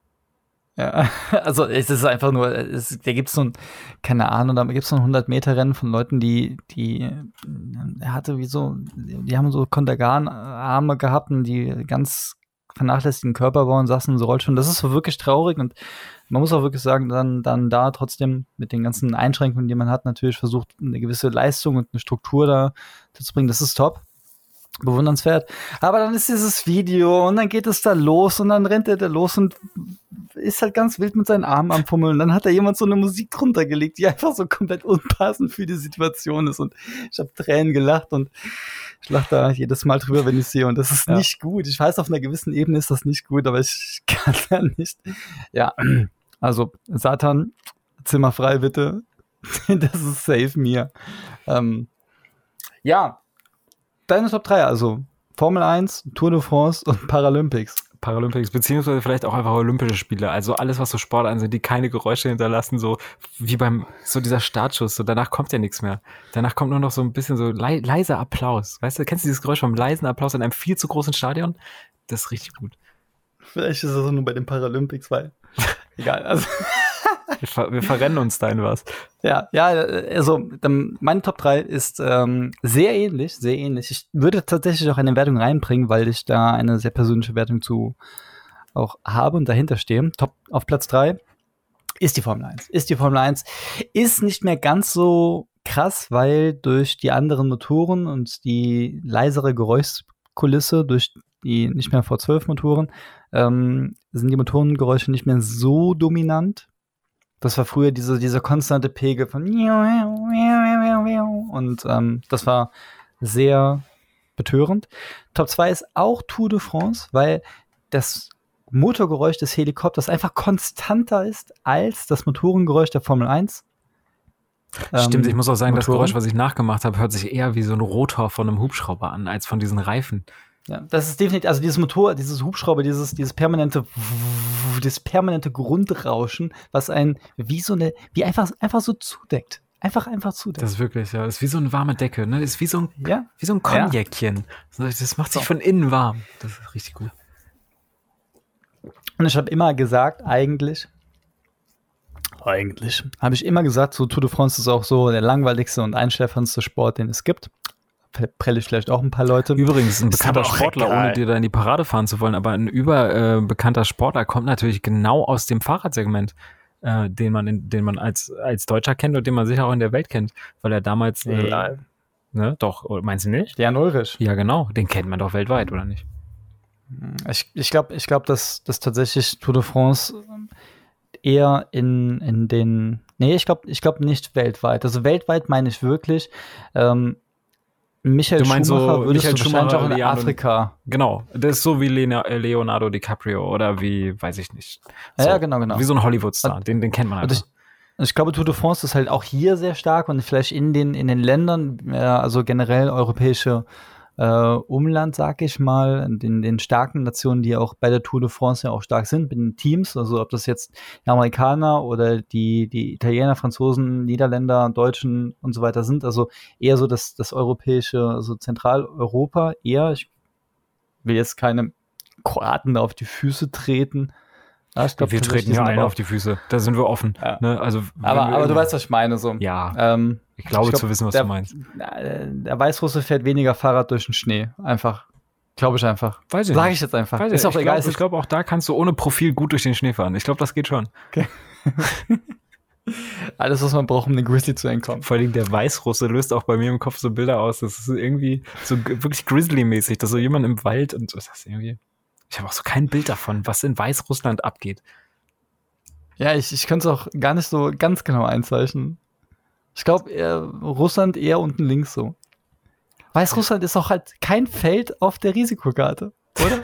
Ja, also es ist einfach nur, es, da gibt es so ein, keine Ahnung, da gibt es so ein hundert-Meter-Rennen von Leuten, die, die, er hatte wie so, die haben so Kontergan-Arme gehabt und die ganz vernachlässigen Körperbau und saßen in so Rollstuhl. Das ist so wirklich traurig und man muss auch wirklich sagen, dann, dann da trotzdem mit den ganzen Einschränkungen, die man hat, natürlich versucht, eine gewisse Leistung und eine Struktur da zu bringen. Das ist top. Bewundernswert. Aber dann ist dieses Video und dann geht es da los und dann rennt er da los und ist halt ganz wild mit seinen Armen am Fummeln. Und dann hat da jemand so eine Musik drunter gelegt, die einfach so komplett unpassend für die Situation ist. Und ich habe Tränen gelacht und ich lache da jedes Mal drüber, wenn ich sehe. Und das ist ja. nicht gut. Ich weiß, auf einer gewissen Ebene ist das nicht gut, aber ich kann da nicht. Ja, also Satan, Zimmer frei bitte. Das ist safe mir. Ähm, ja, deine Top drei, also Formel eins, Tour de France und Paralympics. Paralympics, beziehungsweise vielleicht auch einfach Olympische Spiele. Also alles, was so Sport an sind, die keine Geräusche hinterlassen, so wie beim, so dieser Startschuss, so danach kommt ja nichts mehr. Danach kommt nur noch so ein bisschen so le- leiser Applaus. Weißt du, kennst du dieses Geräusch vom leisen Applaus in einem viel zu großen Stadion? Das ist richtig gut. Vielleicht ist es nur bei den Paralympics, weil, egal, also... Wir, ver- wir verrennen uns da in was. Ja, ja, also meine Top drei ist ähm, sehr ähnlich, sehr ähnlich. Ich würde tatsächlich auch eine Wertung reinbringen, weil ich da eine sehr persönliche Wertung zu auch habe und dahinter stehe. Top auf Platz drei ist die Formel eins. Ist die Formel eins. Ist nicht mehr ganz so krass, weil durch die anderen Motoren und die leisere Geräuschkulisse, durch die nicht mehr V zwölf Motoren, ähm, sind die Motorengeräusche nicht mehr so dominant. Das war früher diese, diese konstante Pegel von und ähm, das war sehr betörend. Top zwei ist auch Tour de France, weil das Motorgeräusch des Helikopters einfach konstanter ist als das Motorengeräusch der Formel eins. Stimmt, ähm, ich muss auch sagen, Motoren. Das Geräusch, was ich nachgemacht habe, hört sich eher wie so ein Rotor von einem Hubschrauber an, als von diesen Reifen. Ja, das ist definitiv, also dieses Motor, dieses Hubschrauber, dieses, dieses permanente, dieses permanente Grundrauschen, was einen wie so eine, wie einfach, einfach so zudeckt. Einfach, einfach zudeckt. Das ist wirklich, ja, ist wie so eine warme Decke, ne? Ist wie so ein, ja? wie so ein Cognacchen. Ja. Das macht sich so von innen warm. Das ist richtig gut. Und ich habe immer gesagt, eigentlich, eigentlich, habe ich immer gesagt, so Tour de France ist auch so der langweiligste und einschläferndste Sport, den es gibt. Prelle ich vielleicht auch ein paar Leute. Übrigens, ein bekannter Sportler, egal. Ohne dir da in die Parade fahren zu wollen, aber ein überbekannter äh, Sportler kommt natürlich genau aus dem Fahrradsegment, äh, den man in, den man als, als Deutscher kennt und den man sicher auch in der Welt kennt, weil er damals, äh, ja. ne, doch, meinst du nicht? Jan Ulrich. Ja, genau, den kennt man doch weltweit, oder nicht? Ich, ich glaube, ich glaub, dass, dass tatsächlich Tour de France eher in, in den, nee, ich glaube ich glaub nicht weltweit. Also weltweit meine ich wirklich, ähm, Michael du meinst Schumacher so, würdest Michael du wahrscheinlich Schumacher, auch in Leonardo, Afrika. Genau, das ist so wie Leonardo DiCaprio oder wie, weiß ich nicht. So, ja, genau, genau. Wie so ein Hollywood-Star, den, den kennt man einfach. Ich, ich glaube, Tour de France ist halt auch hier sehr stark und vielleicht in den, in den Ländern, äh, also generell europäische äh, Umland, sag ich mal, in den, den starken Nationen, die auch bei der Tour de France ja auch stark sind, mit den Teams, also ob das jetzt die Amerikaner oder die, die Italiener, Franzosen, Niederländer, Deutschen und so weiter sind, also eher so das, das europäische, also Zentraleuropa eher, ich will jetzt keine Kroaten auf die Füße treten. Ja, ich glaub, wir treten ja einen auf die Füße, da sind wir offen. Ja. Ne? Also, aber aber du weißt, was ich meine. So. Ja, ähm, ich glaube ich glaub, zu wissen, was der, du meinst. Der Weißrusse fährt weniger Fahrrad durch den Schnee. Einfach. Glaube ich einfach. Weiß ich Sag ich jetzt einfach. Weiß ist ich auch egal. Glaub, ich glaube, auch da kannst du ohne Profil gut durch den Schnee fahren. Ich glaube, das geht schon. Okay. Alles, was man braucht, um den Grizzly zu entkommen. Vor allem der Weißrusse löst auch bei mir im Kopf so Bilder aus. Das ist irgendwie so wirklich Grizzly-mäßig. Dass so jemand im Wald und das ist irgendwie. Ich habe auch so kein Bild davon, was in Weißrussland abgeht. Ja, ich, ich könnte es auch gar nicht so ganz genau einzeichnen. Ich glaube, Russland eher unten links so. Weißrussland ist auch halt kein Feld auf der Risikokarte, oder?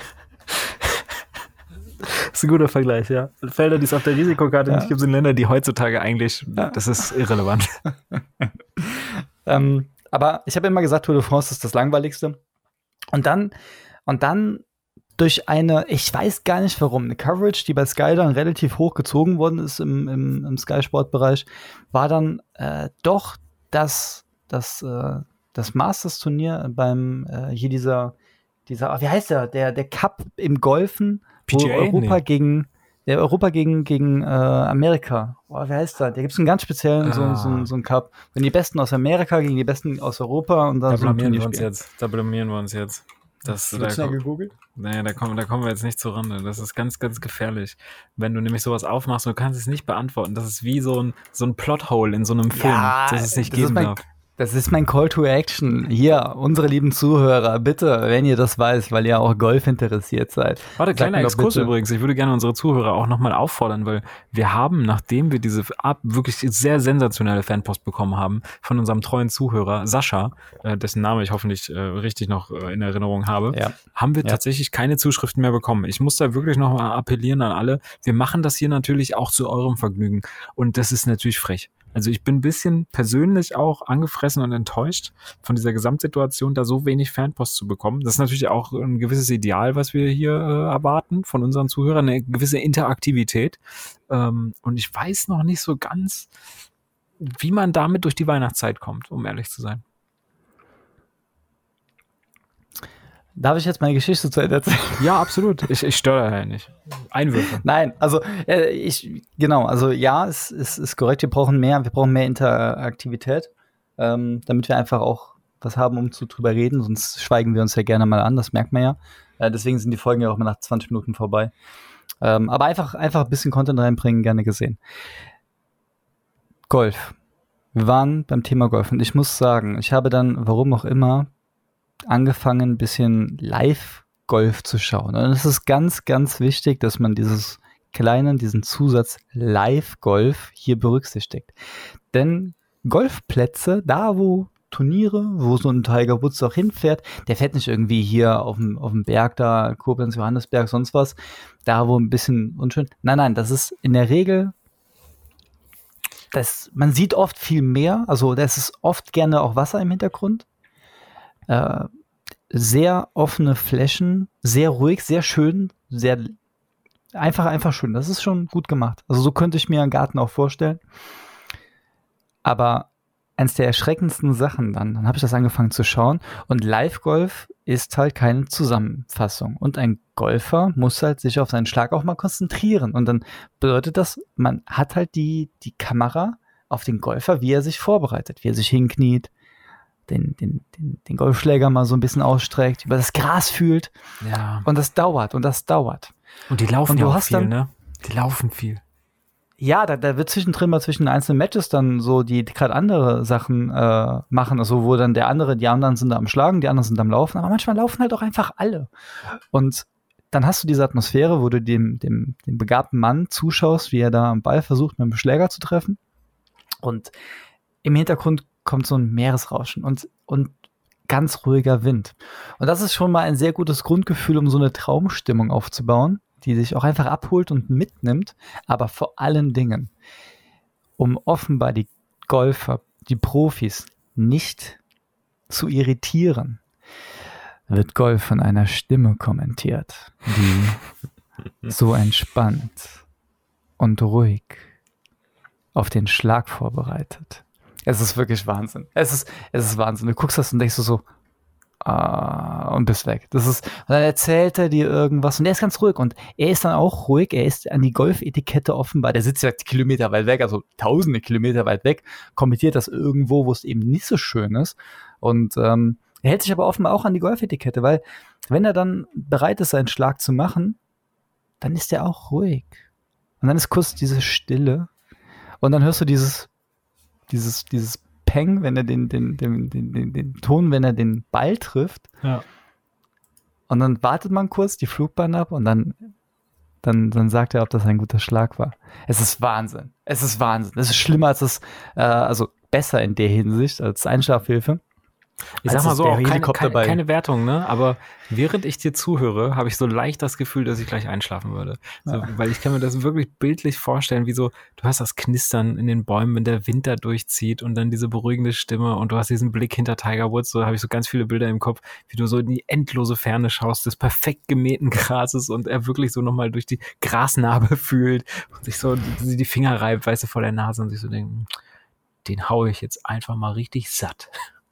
Das ist ein guter Vergleich, ja. Felder, die es auf der Risikokarte ja. nicht gibt, sind Länder, die heutzutage eigentlich, ja. das ist irrelevant. ähm, aber ich habe immer gesagt, Tour de France ist das langweiligste. Und dann, und dann durch eine, ich weiß gar nicht warum, eine Coverage, die bei Sky dann relativ hoch gezogen worden ist im, im, im Sky-Sport-Bereich, war dann äh, doch das, das, äh, das Masters-Turnier beim, äh, hier dieser, dieser, wie heißt der, der, der Cup im Golfen, P G A? wo Europa nee. gegen, der Europa gegen, gegen äh, Amerika, oh, wie heißt der? Der gibt es einen ganz speziellen, ah. so, so, so einen Cup, wenn die Besten aus Amerika gegen die Besten aus Europa und dann da so ein blamieren Turnier wir uns spielen. jetzt, da blamieren wir uns jetzt. Das, da schnell komm, gegoogelt? Naja, da kommen, da kommen wir jetzt nicht zur Rande. Das ist ganz, ganz gefährlich. Wenn du nämlich sowas aufmachst und du kannst es nicht beantworten, das ist wie so ein, so ein Plothole in so einem Film, ja, das es nicht das geben mein, darf. Das ist mein Call to Action. Hier, unsere lieben Zuhörer, bitte, wenn ihr das weißt, weil ihr auch Golf interessiert seid. Warte, kleiner Exkurs übrigens. Ich würde gerne unsere Zuhörer auch nochmal auffordern, weil wir haben, nachdem wir diese ab, wirklich sehr sensationelle Fanpost bekommen haben von unserem treuen Zuhörer Sascha, äh, dessen Name ich hoffentlich äh, richtig noch äh, in Erinnerung habe, ja. haben wir ja. tatsächlich keine Zuschriften mehr bekommen. Ich muss da wirklich nochmal appellieren an alle. Wir machen das hier natürlich auch zu eurem Vergnügen. Und das ist natürlich frech. Also ich bin ein bisschen persönlich auch angefressen und enttäuscht von dieser Gesamtsituation, da so wenig Fanpost zu bekommen. Das ist natürlich auch ein gewisses Ideal, was wir hier äh, erwarten von unseren Zuhörern, eine gewisse Interaktivität. Ähm, und ich weiß noch nicht so ganz, wie man damit durch die Weihnachtszeit kommt, um ehrlich zu sein. Darf ich jetzt meine Geschichte zu Ende erzählen? Ja, absolut. Ich, ich störe da ja nicht. Einwürfe. Nein, also äh, ich, genau, also ja, es, es ist korrekt, wir brauchen mehr, wir brauchen mehr Interaktivität, ähm, damit wir einfach auch was haben, um zu drüber reden, sonst schweigen wir uns ja gerne mal an, das merkt man ja. Äh, deswegen sind die Folgen ja auch immer nach zwanzig Minuten vorbei. Ähm, aber einfach, einfach ein bisschen Content reinbringen, gerne gesehen. Golf. Wir waren beim Thema Golf und ich muss sagen, ich habe dann, warum auch immer, angefangen, ein bisschen Live-Golf zu schauen. Und es ist ganz, ganz wichtig, dass man dieses kleinen, diesen Zusatz Live-Golf hier berücksichtigt. Denn Golfplätze, da wo Turniere, wo so ein Tiger Woods auch hinfährt, der fährt nicht irgendwie hier auf dem, auf dem Berg da, Koblenz, Johannesberg, sonst was, da wo ein bisschen unschön. Nein, nein, das ist in der Regel, das, man sieht oft viel mehr, also da ist oft gerne auch Wasser im Hintergrund. Äh, sehr offene Flächen, sehr ruhig, sehr schön, sehr einfach, einfach schön. Das ist schon gut gemacht. Also so könnte ich mir einen Garten auch vorstellen. Aber eins der erschreckendsten Sachen dann, dann habe ich das angefangen zu schauen und Live-Golf ist halt keine Zusammenfassung. Und ein Golfer muss halt sich auf seinen Schlag auch mal konzentrieren. Und dann bedeutet das, man hat halt die, die Kamera auf den Golfer, wie er sich vorbereitet, wie er sich hinkniet, den, den, den, den Golfschläger mal so ein bisschen ausstreckt, über das Gras fühlt. Ja. Und das dauert und das dauert. Und die laufen Und du ja auch hast viel, dann- ne? Die laufen viel. Ja, da, da wird zwischendrin mal zwischen einzelnen Matches dann so, die, die gerade andere Sachen äh, machen, also wo dann der andere, die anderen sind da am Schlagen, die anderen sind am Laufen, aber manchmal laufen halt auch einfach alle. Und dann hast du diese Atmosphäre, wo du dem, dem, dem begabten Mann zuschaust, wie er da am Ball versucht, mit dem Schläger zu treffen. Und im Hintergrund kommt so ein Meeresrauschen und, und ganz ruhiger Wind. Und das ist schon mal ein sehr gutes Grundgefühl, um so eine Traumstimmung aufzubauen, die dich auch einfach abholt und mitnimmt, aber vor allen Dingen, um offenbar die Golfer, die Profis nicht zu irritieren, wird Golf von einer Stimme kommentiert, die so entspannt und ruhig auf den Schlag vorbereitet. Es ist wirklich Wahnsinn. Es ist, es ist Wahnsinn. Du guckst das und denkst du so, ah, und bist weg. Das ist, und dann erzählt er dir irgendwas und er ist ganz ruhig und er ist dann auch ruhig, er ist an die Golfetikette offenbar, der sitzt ja Kilometer weit weg, also tausende Kilometer weit weg, kommentiert das irgendwo, wo es eben nicht so schön ist und ähm, er hält sich aber offenbar auch an die Golfetikette, weil wenn er dann bereit ist, seinen Schlag zu machen, dann ist er auch ruhig. Und dann ist kurz diese Stille und dann hörst du dieses, dieses, dieses Peng, wenn er den, den, den, den, den, den Ton, wenn er den Ball trifft. Ja. Und dann wartet man kurz die Flugbahn ab und dann, dann, dann sagt er, ob das ein guter Schlag war. Es ist Wahnsinn. Es ist Wahnsinn. Es ist schlimmer als das, äh, also besser in der Hinsicht als Einschlafhilfe. Ich Als sag mal es so, der auch keine, Helikopter keine, bei- keine Wertung, ne? Aber während ich dir zuhöre, habe ich so leicht das Gefühl, dass ich gleich einschlafen würde. So, Ja. Weil ich kann mir das wirklich bildlich vorstellen, wie so, du hast das Knistern in den Bäumen, wenn der Wind da durchzieht und dann diese beruhigende Stimme und du hast diesen Blick hinter Tiger Woods, so habe ich so ganz viele Bilder im Kopf, wie du so in die endlose Ferne schaust, des perfekt gemähten Grases und er wirklich so nochmal durch die Grasnarbe fühlt und sich so die, die Finger reibt, weißt du, vor der Nase und sich so denkt, den haue ich jetzt einfach mal richtig satt.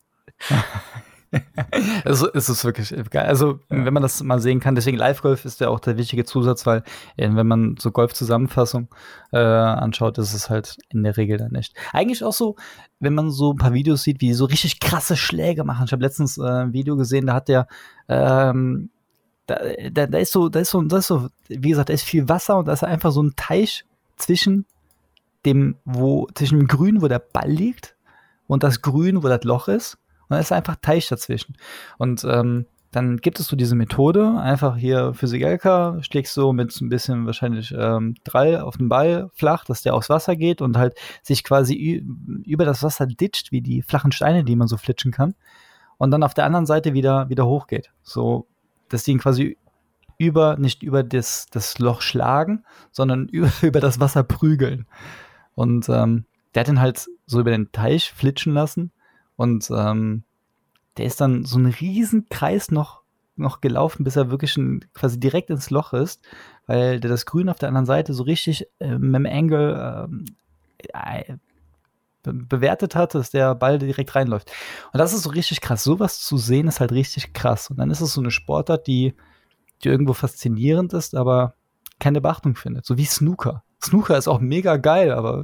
Also es ist wirklich geil. Also wenn man das mal sehen kann, deswegen Live-Golf ist ja auch der wichtige Zusatz, weil äh, wenn man so Golf-Zusammenfassung äh, anschaut, ist es halt in der Regel dann nicht. Eigentlich auch so, wenn man so ein paar Videos sieht, wie die so richtig krasse Schläge machen. Ich habe letztens äh, ein Video gesehen, da hat der ähm, da, da, da ist so, da ist so, da ist so, wie gesagt, da ist viel Wasser und da ist einfach so ein Teich zwischen dem, wo, zwischen dem Grün, wo der Ball liegt, und das Grün, wo das Loch ist. Und da ist einfach Teich dazwischen. Und ähm, dann gibt es so diese Methode, einfach hier Physik-L K, schlägst so mit so ein bisschen wahrscheinlich ähm, Drall auf den Ball flach, dass der aufs Wasser geht und halt sich quasi ü- über das Wasser ditcht, wie die flachen Steine, die man so flitschen kann. Und dann auf der anderen Seite wieder, wieder hochgeht. So, dass die ihn quasi über, nicht über das, das Loch schlagen, sondern über, über das Wasser prügeln. Und ähm, der hat ihn halt so über den Teich flitschen lassen. Und ähm, der ist dann so einen riesen Kreis noch, noch gelaufen, bis er wirklich ein, quasi direkt ins Loch ist, weil der das Grün auf der anderen Seite so richtig äh, mit dem Angle ähm, äh, be- bewertet hat, dass der Ball direkt reinläuft. Und das ist so richtig krass. Sowas zu sehen ist halt richtig krass. Und dann ist es so eine Sportart, die, die irgendwo faszinierend ist, aber keine Beachtung findet. So wie Snooker. Snooker ist auch mega geil, aber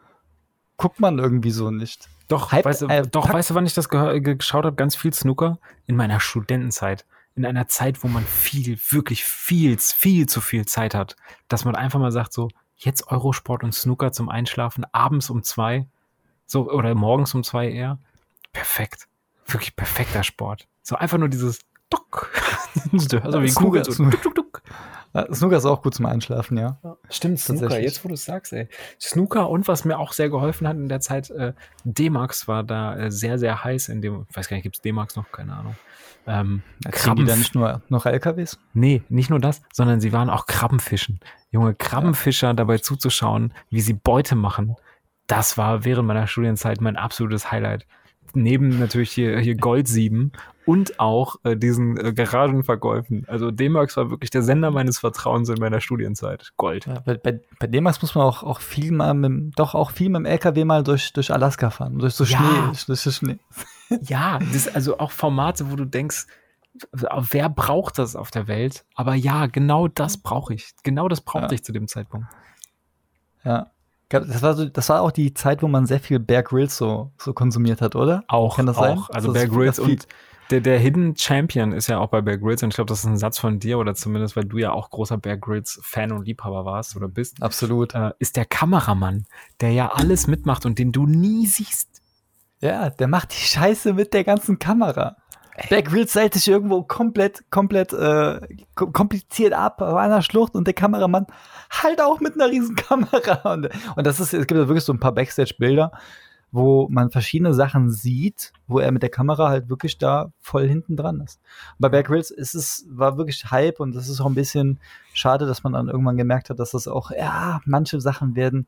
guckt man irgendwie so nicht. Doch, Hype- weißt du, äh, doch pack- weißt du, wann ich das gehör, ge- geschaut habe? Ganz viel Snooker in meiner Studentenzeit. In einer Zeit, wo man viel, wirklich viel, viel zu viel Zeit hat. Dass man einfach mal sagt, so, jetzt Eurosport und Snooker zum Einschlafen, abends um zwei, so, oder morgens um zwei eher. Perfekt. Wirklich perfekter Sport. So einfach nur dieses Duck. Also wie Snooker- Kugel, so Snooker- duck, duck, duck. Äh, Snooker ist auch gut zum Einschlafen, ja. Stimmt, Snooker, Tatsächlich. jetzt wo du es sagst, ey. Snooker und was mir auch sehr geholfen hat in der Zeit, äh, D-Max war da äh, sehr, sehr heiß in dem, ich weiß gar nicht, gibt es D-Max noch? Keine Ahnung. Ähm, Kriegen die da nicht nur noch L K Ws? Nee, nicht nur das, sondern sie waren auch Krabbenfischen. Junge, Krabbenfischer dabei zuzuschauen, wie sie Beute machen, das war während meiner Studienzeit mein absolutes Highlight. neben natürlich hier, hier Goldsieben und auch äh, diesen äh, Garagenverkäufen. Also D-Max war wirklich der Sender meines Vertrauens in meiner Studienzeit. Gold. Ja, bei, bei, bei D-Max muss man auch, auch viel mal mit, dem- doch auch viel mit dem L K W mal durch, durch Alaska fahren, durch so Ja. Schnee, durch so Schnee. Ja, das also auch Formate, wo du denkst, wer braucht das auf der Welt? Aber ja, genau das brauche ich. Genau das brauchte Ja. ich zu dem Zeitpunkt. Ja. Das war, so, das war auch die Zeit, wo man sehr viel Bear Grylls so, so konsumiert hat, oder? Auch, Kann das auch. sein? Also Das Bear ist- Grylls das viel- und der, der Hidden Champion ist ja auch bei Bear Grylls und ich glaube, das ist ein Satz von dir oder zumindest, weil du ja auch großer Bear Grylls Fan und Liebhaber warst oder bist, Absolut. äh, ist der Kameramann, der ja alles mitmacht und den du nie siehst. Ja, der macht die Scheiße mit der ganzen Kamera. Bear Grylls seilt sich irgendwo komplett, komplett äh, kom- kompliziert ab auf einer Schlucht und der Kameramann halt auch mit einer riesen Kamera. Und, und das ist, es gibt ja wirklich so ein paar Backstage-Bilder, wo man verschiedene Sachen sieht, wo er mit der Kamera halt wirklich da voll hinten dran ist. Bei Bear Grylls ist es, war wirklich Hype und das ist auch ein bisschen schade, dass man dann irgendwann gemerkt hat, dass das auch, ja, manche Sachen werden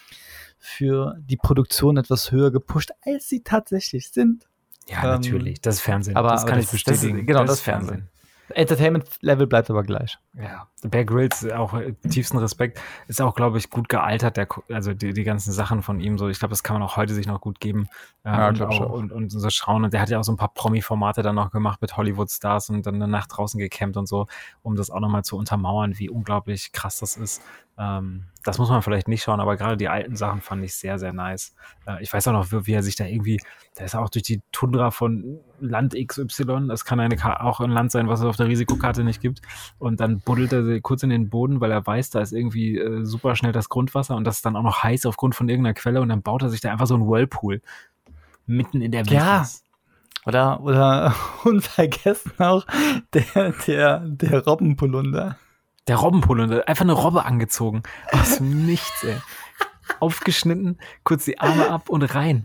für die Produktion etwas höher gepusht, als sie tatsächlich sind. Ja, Ähm, natürlich. Das ist Fernsehen. aber- das kann aber ich das- das ist- bestätigen. genau, ist das Fernsehen. Entertainment-Level bleibt aber gleich. Ja, Bear Grylls, auch äh, tiefsten Respekt, ist auch, glaube ich, gut gealtert, der, Ko- also die, die ganzen Sachen von ihm, so, ich glaube, das kann man auch heute sich noch gut geben äh, Ja, und, glaub auch, schon. und, und so schauen. Und der hat ja auch so ein paar Promi-Formate dann noch gemacht mit Hollywood-Stars und dann eine Nacht draußen gecampt und so, um das auch nochmal zu untermauern, wie unglaublich krass das ist. Ähm, das muss man vielleicht nicht schauen, aber gerade die alten Sachen fand ich sehr, sehr nice. Äh, ich weiß auch noch, wie, wie er sich da irgendwie, der ist auch durch die Tundra von Land X Y, das kann eine, Ka- auch ein Land sein, was es auf der Risikokarte nicht gibt. Und dann buddelt er sie kurz in den Boden, weil er weiß, da ist irgendwie äh, super schnell das Grundwasser und das ist dann auch noch heiß aufgrund von irgendeiner Quelle und dann baut er sich da einfach so einen Whirlpool mitten in der Ja. Wildnis. Oder, oder unvergessen auch der, der, der Robbenpolunder. Der Robbenpolunder, einfach eine Robbe angezogen. Aus dem Nichts, ey. Aufgeschnitten, kurz die Arme ab und rein.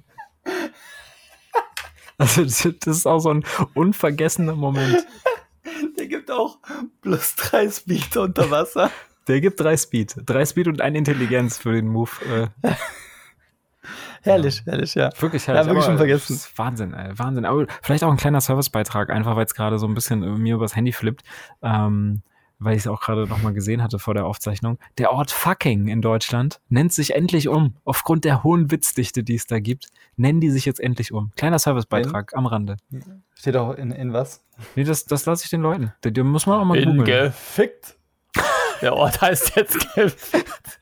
Also das das ist auch so ein unvergessener Moment. Der gibt auch plus drei Speed unter Wasser. Der gibt drei Speed. Drei Speed und eine Intelligenz für den Move. Äh, Herrlich, herrlich, ja. Wirklich Ja, herrlich. wirklich aber schon vergessen. das ist Wahnsinn, ey, Wahnsinn. Aber vielleicht auch ein kleiner Servicebeitrag, einfach weil es gerade so ein bisschen äh, mir übers Handy flippt, ähm, weil ich es auch gerade nochmal gesehen hatte vor der Aufzeichnung. Der Ort Fucking in Deutschland nennt sich endlich um. Aufgrund der hohen Witzdichte, die es da gibt, nennen die sich jetzt endlich um. Kleiner Servicebeitrag am Rande. Steht auch in, in was? Nee, das, das lasse ich den Leuten. Den, den muss man auch mal googeln. gefickt. Der Ort heißt jetzt gefickt.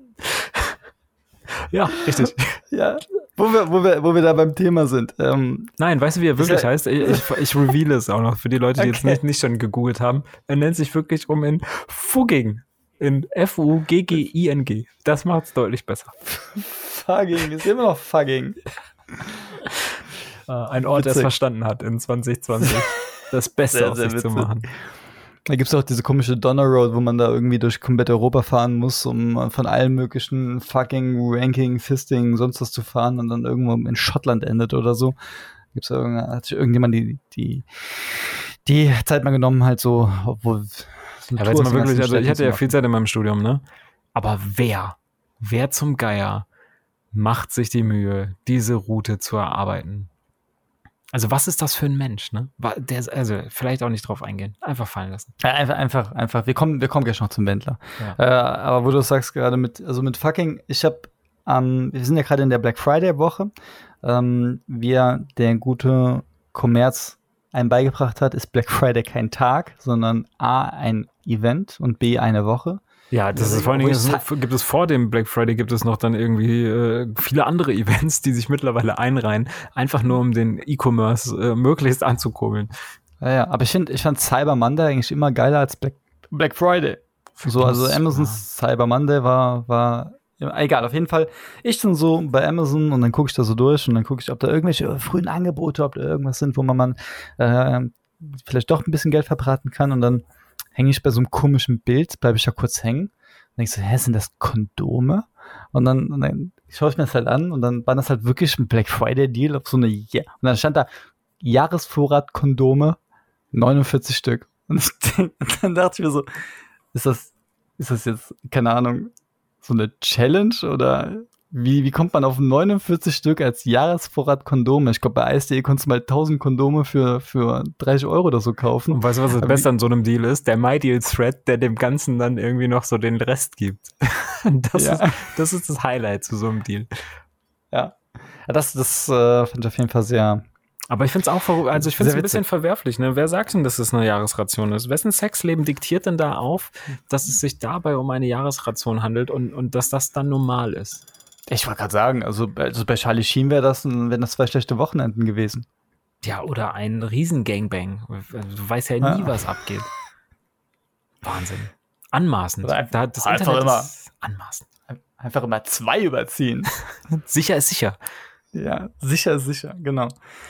Ja, richtig. Ja, wo wir, wo wir, wo wir da beim Thema sind. Ähm, Nein, weißt du, wie er wirklich er- heißt? Ich, ich, ich reveal es auch noch für die Leute, die jetzt Okay. nicht, nicht schon gegoogelt haben. Er nennt sich wirklich um in Fugging. In F U G G I N G. Das macht es deutlich besser. Fugging, ist immer noch Fugging. Äh, ein Ort, der es Witzig. verstanden hat, in zwanzig zwanzig das Beste Sehr, aus sehr sich zu witzig. machen. Da gibt es auch diese komische Donner Road, wo man da irgendwie durch komplett Europa fahren muss, um von allen möglichen fucking Ranking, Fisting, sonst was zu fahren und dann irgendwo in Schottland endet oder so. Gibt's da irgend, hat sich irgendjemand die, die, die Zeit mal genommen, halt so, obwohl. so Ja, eine weil Tour jetzt aus mal den wirklich, ganzen also ich Städten hatte zu ja machen. viel Zeit in meinem Studium, ne? Aber wer, wer zum Geier macht sich die Mühe, diese Route zu erarbeiten? Also was ist das für ein Mensch, ne? Wa- Der, ist- also vielleicht auch nicht drauf eingehen. Einfach fallen lassen. Ja, einfach, einfach, einfach. Wir kommen, wir kommen gleich noch zum Wendler. Ja. Äh, aber wo du sagst gerade mit, also mit fucking, ich hab, ähm, wir sind ja gerade in der Black Friday Woche. Ähm, wir, der gute Kommerz einem beigebracht hat, ist Black Friday kein Tag, sondern A, ein Event und B, eine Woche. Ja, das Ja, ist vor allen wo Dingen, ich es sa- noch, gibt es vor dem Black Friday, gibt es noch dann irgendwie äh, viele andere Events, die sich mittlerweile einreihen, einfach nur um den E-Commerce äh, möglichst anzukurbeln. Ja, ja, aber ich finde, ich fand Cyber Monday eigentlich immer geiler als Black, Black Friday. So, also Das, Amazons Cyber Monday war, war, ja, egal, auf jeden Fall. Ich bin so bei Amazon und dann gucke ich da so durch und dann gucke ich, ob da irgendwelche frühen Angebote, ob da irgendwas sind, wo man, man äh, vielleicht doch ein bisschen Geld verbraten kann und dann hänge ich bei so einem komischen Bild, bleibe ich da kurz hängen und denke so, hä, sind das Kondome? Und dann, und dann schaue ich mir das halt an und dann war das halt wirklich ein Black Friday Deal auf so eine, ja und dann stand da Jahresvorrat Kondome, neunundvierzig Stück. Und, ich denk, und dann dachte ich mir so, ist das, ist das jetzt, keine Ahnung, so eine Challenge oder Wie, wie kommt man auf neunundvierzig Stück als Jahresvorrat Kondome? Ich glaube, bei Eis.de konntest du mal tausend Kondome für, für dreißig Euro oder so kaufen. Und weißt du, was das Aber Beste an so einem Deal ist? Der MyDeal-Thread, der dem Ganzen dann irgendwie noch so den Rest gibt. Das, Ja. ist, das ist das Highlight zu so einem Deal. Ja, ja das, das äh, fand ich auf jeden Fall sehr. Aber ich finde es auch, ver- also ich finde es Sehr ein bisschen witzig. verwerflich. Ne? Wer sagt denn, dass es eine Jahresration ist? Wessen Sexleben diktiert denn da auf, dass es sich dabei um eine Jahresration handelt und, und dass das dann normal ist? Ich wollte gerade sagen, also, also bei Charlie Sheen wäre das, ein- wären das zwei schlechte Wochenenden gewesen. Ja, oder ein Riesen-Gangbang. Du weißt ja nie, Ja. was abgeht. Wahnsinn. Anmaßend. Oder einfach- Da, das einfach Internet immer. ist anmaßend. Einfach immer zwei überziehen. Sicher ist sicher. Ja, sicher, sicher, genau.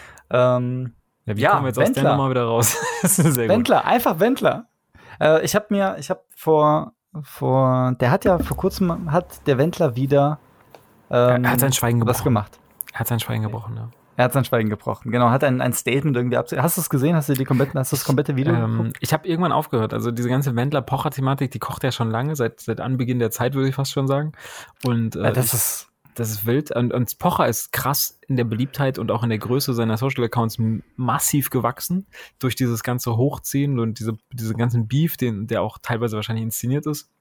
Ähm, Ja, wie Ja, kommen wir jetzt aus der Wendler. Nummer wieder raus? Das ist sehr gut. Wendler, einfach Wendler. Äh, ich habe mir, ich habe vor, vor, der hat ja vor kurzem, hat der Wendler wieder ähm, Er hat sein Schweigen was gebrochen. gemacht. Er hat sein Schweigen gebrochen, ja. Er hat sein Schweigen gebrochen. Genau, hat ein, ein Statement irgendwie abs. Hast du es gesehen? Hast du die komplette, hast du das komplette Video Ähm, geguckt? ich habe irgendwann aufgehört. Also diese ganze Wendler-Pocher-Thematik, die kocht ja schon lange, seit, seit Anbeginn der Zeit, würde ich fast schon sagen. Und äh, Ja, das ich, ist, das ist wild. Und, und Pocher ist krass in der Beliebtheit und auch in der Größe seiner Social-Accounts m- massiv gewachsen durch dieses ganze Hochziehen und diese, diese ganzen Beef, den, der auch teilweise wahrscheinlich inszeniert ist.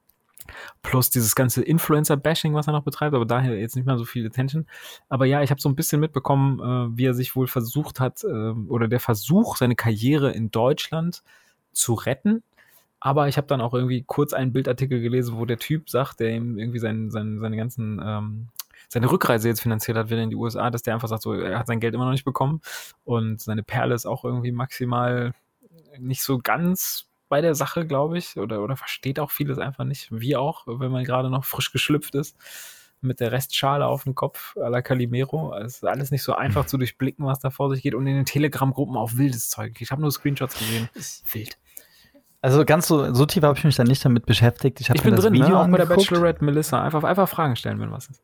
Plus dieses ganze Influencer-Bashing, was er noch betreibt, aber daher jetzt nicht mehr so viel Attention. Aber ja, ich habe so ein bisschen mitbekommen, äh, wie er sich wohl versucht hat, äh, oder der Versuch, seine Karriere in Deutschland zu retten. Aber ich habe dann auch irgendwie kurz einen Bildartikel gelesen, wo der Typ sagt, der ihm irgendwie sein, sein, seine ganzen, ähm, seine Rückreise jetzt finanziert hat, wieder in die U S A, dass der einfach sagt, so, er hat sein Geld immer noch nicht bekommen und seine Perle ist auch irgendwie maximal nicht so ganz bei der Sache, glaube ich, oder, oder versteht auch vieles einfach nicht, wie auch, wenn man gerade noch frisch geschlüpft ist, mit der Restschale auf dem Kopf à la Calimero. Es ist alles nicht so einfach zu durchblicken, was da vor sich geht und in den Telegram-Gruppen auch wildes Zeug. Ich habe nur Screenshots gesehen. Wild. also ganz so, so tief habe ich mich dann nicht damit beschäftigt. Ich, hab Ich mir bin das drin, Video ne? Auch bei der angeguckt. Bachelorette Melissa. Einfach, einfach Fragen stellen, wenn was ist.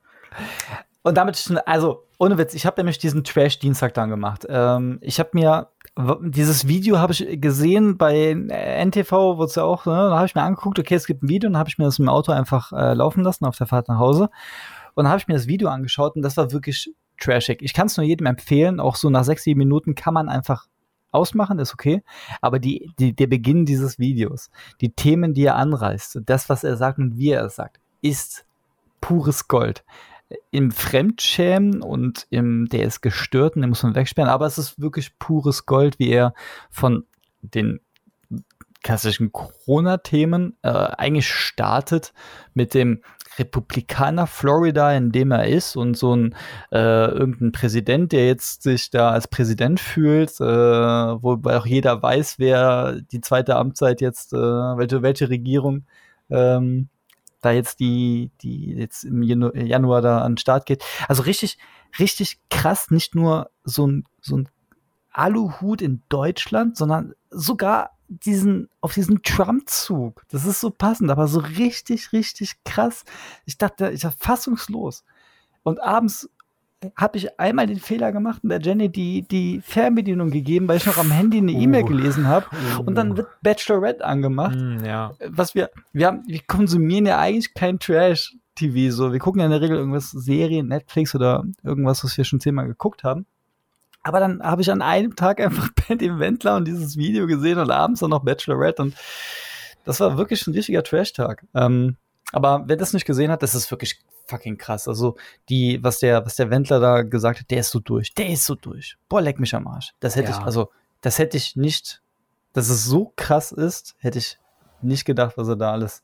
Und damit, schon- also ohne Witz, ich habe nämlich diesen Trash-Dienstag dann gemacht. Ähm, ich habe mir w- dieses Video habe ich gesehen bei N T V, wurde es ja auch, ne? Da habe ich mir angeguckt, okay, es gibt ein Video, und dann habe ich mir das im Auto einfach äh, laufen lassen auf der Fahrt nach Hause. Und dann habe ich mir das Video angeschaut und das war wirklich trashig. Ich kann es nur jedem empfehlen, auch so nach sechs, sieben Minuten kann man einfach ausmachen, ist okay. Aber die, die, der Beginn dieses Videos, die Themen, die er anreißt, das, was er sagt und wie er es sagt, ist pures Gold. Im Fremdschämen und im, der ist gestört und den muss man wegsperren, aber es ist wirklich pures Gold, wie er von den klassischen Corona-Themen äh, eigentlich startet mit dem Republikaner Florida, in dem er ist, und so ein äh, irgendein Präsident, der jetzt sich da als Präsident fühlt, äh, wobei auch jeder weiß, wer die zweite Amtszeit jetzt, äh, welche, welche Regierung ähm, da jetzt die, die jetzt im Janu- Januar da an den Start geht. Also richtig, richtig krass, nicht nur so ein, so ein Aluhut in Deutschland, sondern sogar diesen, auf diesen Trump-Zug. Das ist so passend, aber so richtig, richtig krass. Ich dachte, ich war fassungslos. Und abends habe ich einmal den Fehler gemacht und der Jenny die, die Fernbedienung gegeben, weil ich noch am Handy eine Uh. E-Mail gelesen habe. Uh. Und dann wird Bachelorette angemacht. Hm, ja. Was wir, wir haben, wir konsumieren ja eigentlich kein Trash-T V, so. Wir gucken ja in der Regel irgendwas, Serien, Netflix oder irgendwas, was wir schon zehnmal geguckt haben. Aber dann habe ich an einem Tag einfach den Wendler und dieses Video gesehen und abends dann noch Bachelorette und das war wirklich ein richtiger Trash-Tag. Ähm, aber wer das nicht gesehen hat, das ist wirklich fucking krass. Also die, was der, was der Wendler da gesagt hat, der ist so durch, der ist so durch. Boah, leck mich am Arsch. Das hätte Ja. ich, also das hätte ich nicht, dass es so krass ist, hätte ich nicht gedacht, was er da alles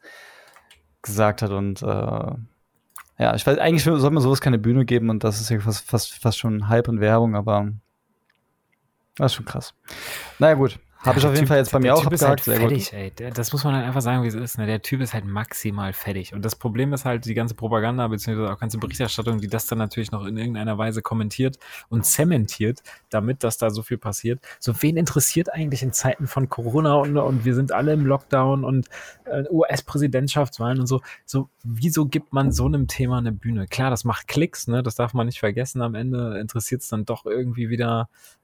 gesagt hat und äh, ja, ich weiß, eigentlich sollte man sowas keine Bühne geben und das ist ja fast, fast, fast schon Hype und Werbung, aber das ist schon krass. Naja, gut. Habe ich Ja, auf der jeden Typ- Fall jetzt bei der mir auch Typ ist abgehakt. halt Sehr gut. fertig, ey. Der, das muss man halt einfach sagen, wie es ist. Ne? Der Typ ist halt maximal fertig. Und das Problem ist halt die ganze Propaganda, beziehungsweise auch ganze Berichterstattung, die das dann natürlich noch in irgendeiner Weise kommentiert und zementiert, damit, dass da so viel passiert. So, wen interessiert eigentlich in Zeiten von Corona und, und wir sind alle im Lockdown und äh, U S-Präsidentschaftswahlen und so. So, wieso gibt man so einem Thema eine Bühne? Klar, das macht Klicks, ne? Das darf man nicht vergessen. Am Ende interessiert es dann doch irgendwie wieder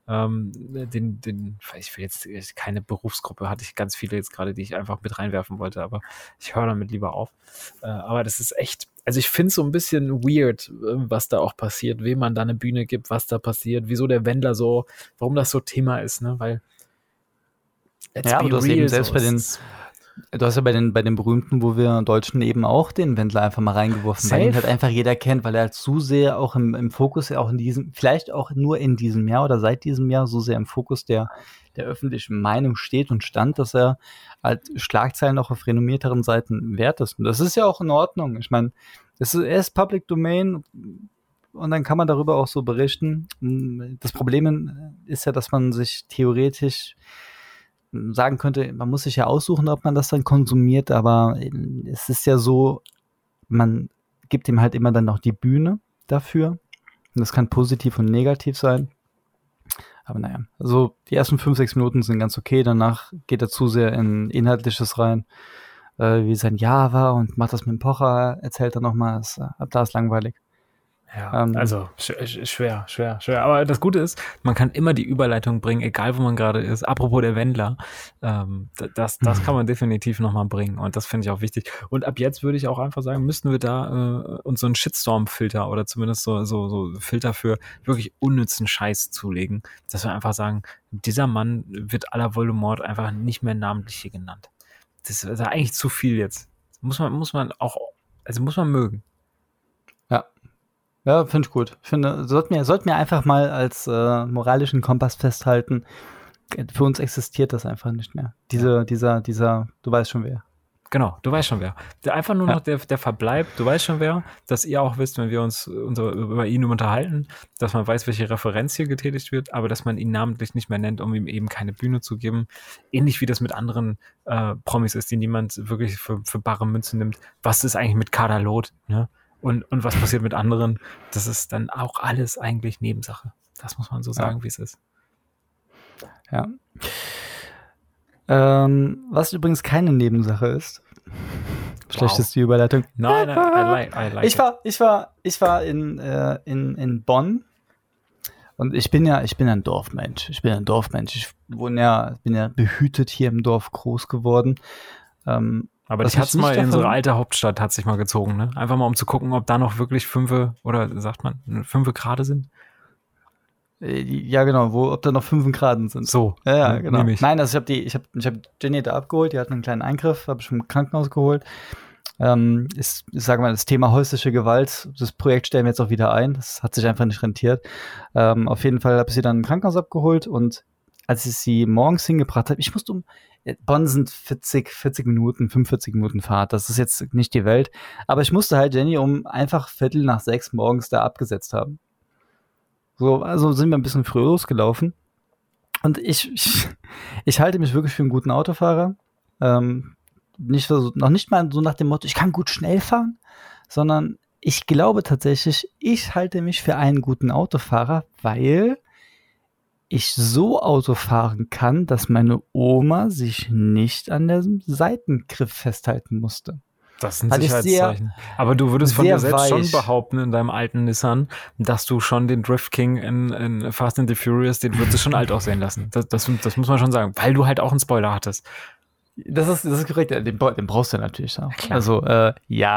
ähm, den, den, ich will jetzt keine Berufsgruppe, hatte ich ganz viele jetzt gerade, die ich einfach mit reinwerfen wollte, aber ich höre damit lieber auf. Äh, aber das ist echt, also ich finde es so ein bisschen weird, was da auch passiert, wem man da eine Bühne gibt, was da passiert, wieso der Wendler so, warum das so Thema ist, ne, weil ja, aber du hast eben selbst so bei den Du hast ja bei den, bei den Berühmten, wo wir Deutschen eben auch den Wendler einfach mal reingeworfen, Safe. weil ihn halt einfach jeder kennt, weil er halt zu sehr auch im, im Fokus, auch in diesem, vielleicht auch nur in diesem Jahr oder seit diesem Jahr so sehr im Fokus der, der öffentlichen Meinung steht und stand, dass er halt Schlagzeilen auch auf renommierteren Seiten wert ist. Und das ist ja auch in Ordnung. Ich meine, es ist, er ist Public Domain und dann kann man darüber auch so berichten. Das Problem ist ja, dass man sich theoretisch sagen könnte, man muss sich ja aussuchen, ob man das dann konsumiert, aber es ist ja so, man gibt ihm halt immer dann noch die Bühne dafür. Und das kann positiv und negativ sein. Aber naja, also die ersten fünf, sechs Minuten sind ganz okay, danach geht er zu sehr in Inhaltliches rein, äh, wie sein Jahr war und macht das mit dem Pocher, erzählt er nochmal, ab da ist langweilig. Ja, ähm, also schwer, schwer, schwer. Aber das Gute ist, man kann immer die Überleitung bringen, egal wo man gerade ist. Apropos der Wendler, ähm, das, das kann man definitiv nochmal bringen und das finde ich auch wichtig. Und ab jetzt würde ich auch einfach sagen, müssten wir da äh, uns so einen Shitstorm-Filter oder zumindest so, so, so Filter für wirklich unnützen Scheiß zulegen, dass wir einfach sagen, dieser Mann wird à la Voldemort einfach nicht mehr namentlich hier genannt. Das ist eigentlich zu viel jetzt. Muss man, muss man auch, also muss man mögen. Ja, finde ich gut. Ich finde, sollten wir, sollten wir einfach mal als äh, moralischen Kompass festhalten, für uns existiert das einfach nicht mehr. Diese, ja. dieser, dieser, du weißt schon wer. Genau, du weißt schon wer. Der, einfach nur ja. noch der, der Verbleib, du weißt schon wer, dass ihr auch wisst, wenn wir uns unsere, über ihn unterhalten, dass man weiß, welche Referenz hier getätigt wird, aber dass man ihn namentlich nicht mehr nennt, um ihm eben keine Bühne zu geben. Ähnlich wie das mit anderen äh, Promis ist, die niemand wirklich für, für bare Münze nimmt. Was ist eigentlich mit Kader Loth, ne? Und, und was passiert mit anderen? Das ist dann auch alles eigentlich Nebensache. Das muss man so sagen, ja. wie es ist. Ja. Ähm, was übrigens keine Nebensache ist. Schlechteste wow. Überleitung. Nein, nein, I like, I like ich war, ich war, ich war in, äh, in, in Bonn. Und ich bin ja, ich bin ein Dorfmensch. Ich bin ein Dorfmensch. Ich wohne ja, bin ja behütet hier im Dorf groß geworden. Ähm, Aber dich hat's mal in unsere alte Hauptstadt hat sich mal gezogen, ne? Einfach mal um zu gucken, ob da noch wirklich fünfe oder sagt man fünfe Grade sind. Ja, genau, wo, ob da noch fünf Grad sind. So. Ja, ja genau. Nein, also ich habe die, ich habe, ich habe Jenny da abgeholt, die hat einen kleinen Eingriff, habe ich vom Krankenhaus geholt. Ähm, ist, ich sage mal, das Thema häusliche Gewalt, das Projekt stellen wir jetzt auch wieder ein. Das hat sich einfach nicht rentiert. Ähm, auf jeden Fall habe ich sie dann im Krankenhaus abgeholt und als ich sie morgens hingebracht habe, ich musste um, Bonn sind vierzig, vierzig Minuten, fünfundvierzig Minuten Fahrt, das ist jetzt nicht die Welt, aber ich musste halt Jenny um einfach Viertel nach sechs morgens da abgesetzt haben. So, also sind wir ein bisschen früh losgelaufen und ich, ich, ich halte mich wirklich für einen guten Autofahrer, ähm, nicht so, noch nicht mal so nach dem Motto, ich kann gut schnell fahren, sondern ich glaube tatsächlich, ich halte mich für einen guten Autofahrer, weil ich so Auto fahren kann, dass meine Oma sich nicht an dem Seitengriff festhalten musste. Das ist ein Sicherheitszeichen. Aber du würdest von dir selbst weich. schon behaupten in deinem alten Nissan, dass du schon den Drift King in, in Fast and the Furious, den würdest du schon alt aussehen lassen. Das, das, das muss man schon sagen, weil du halt auch einen Spoiler hattest. Das ist, das ist korrekt, den, den brauchst du natürlich auch. Ja, also, äh,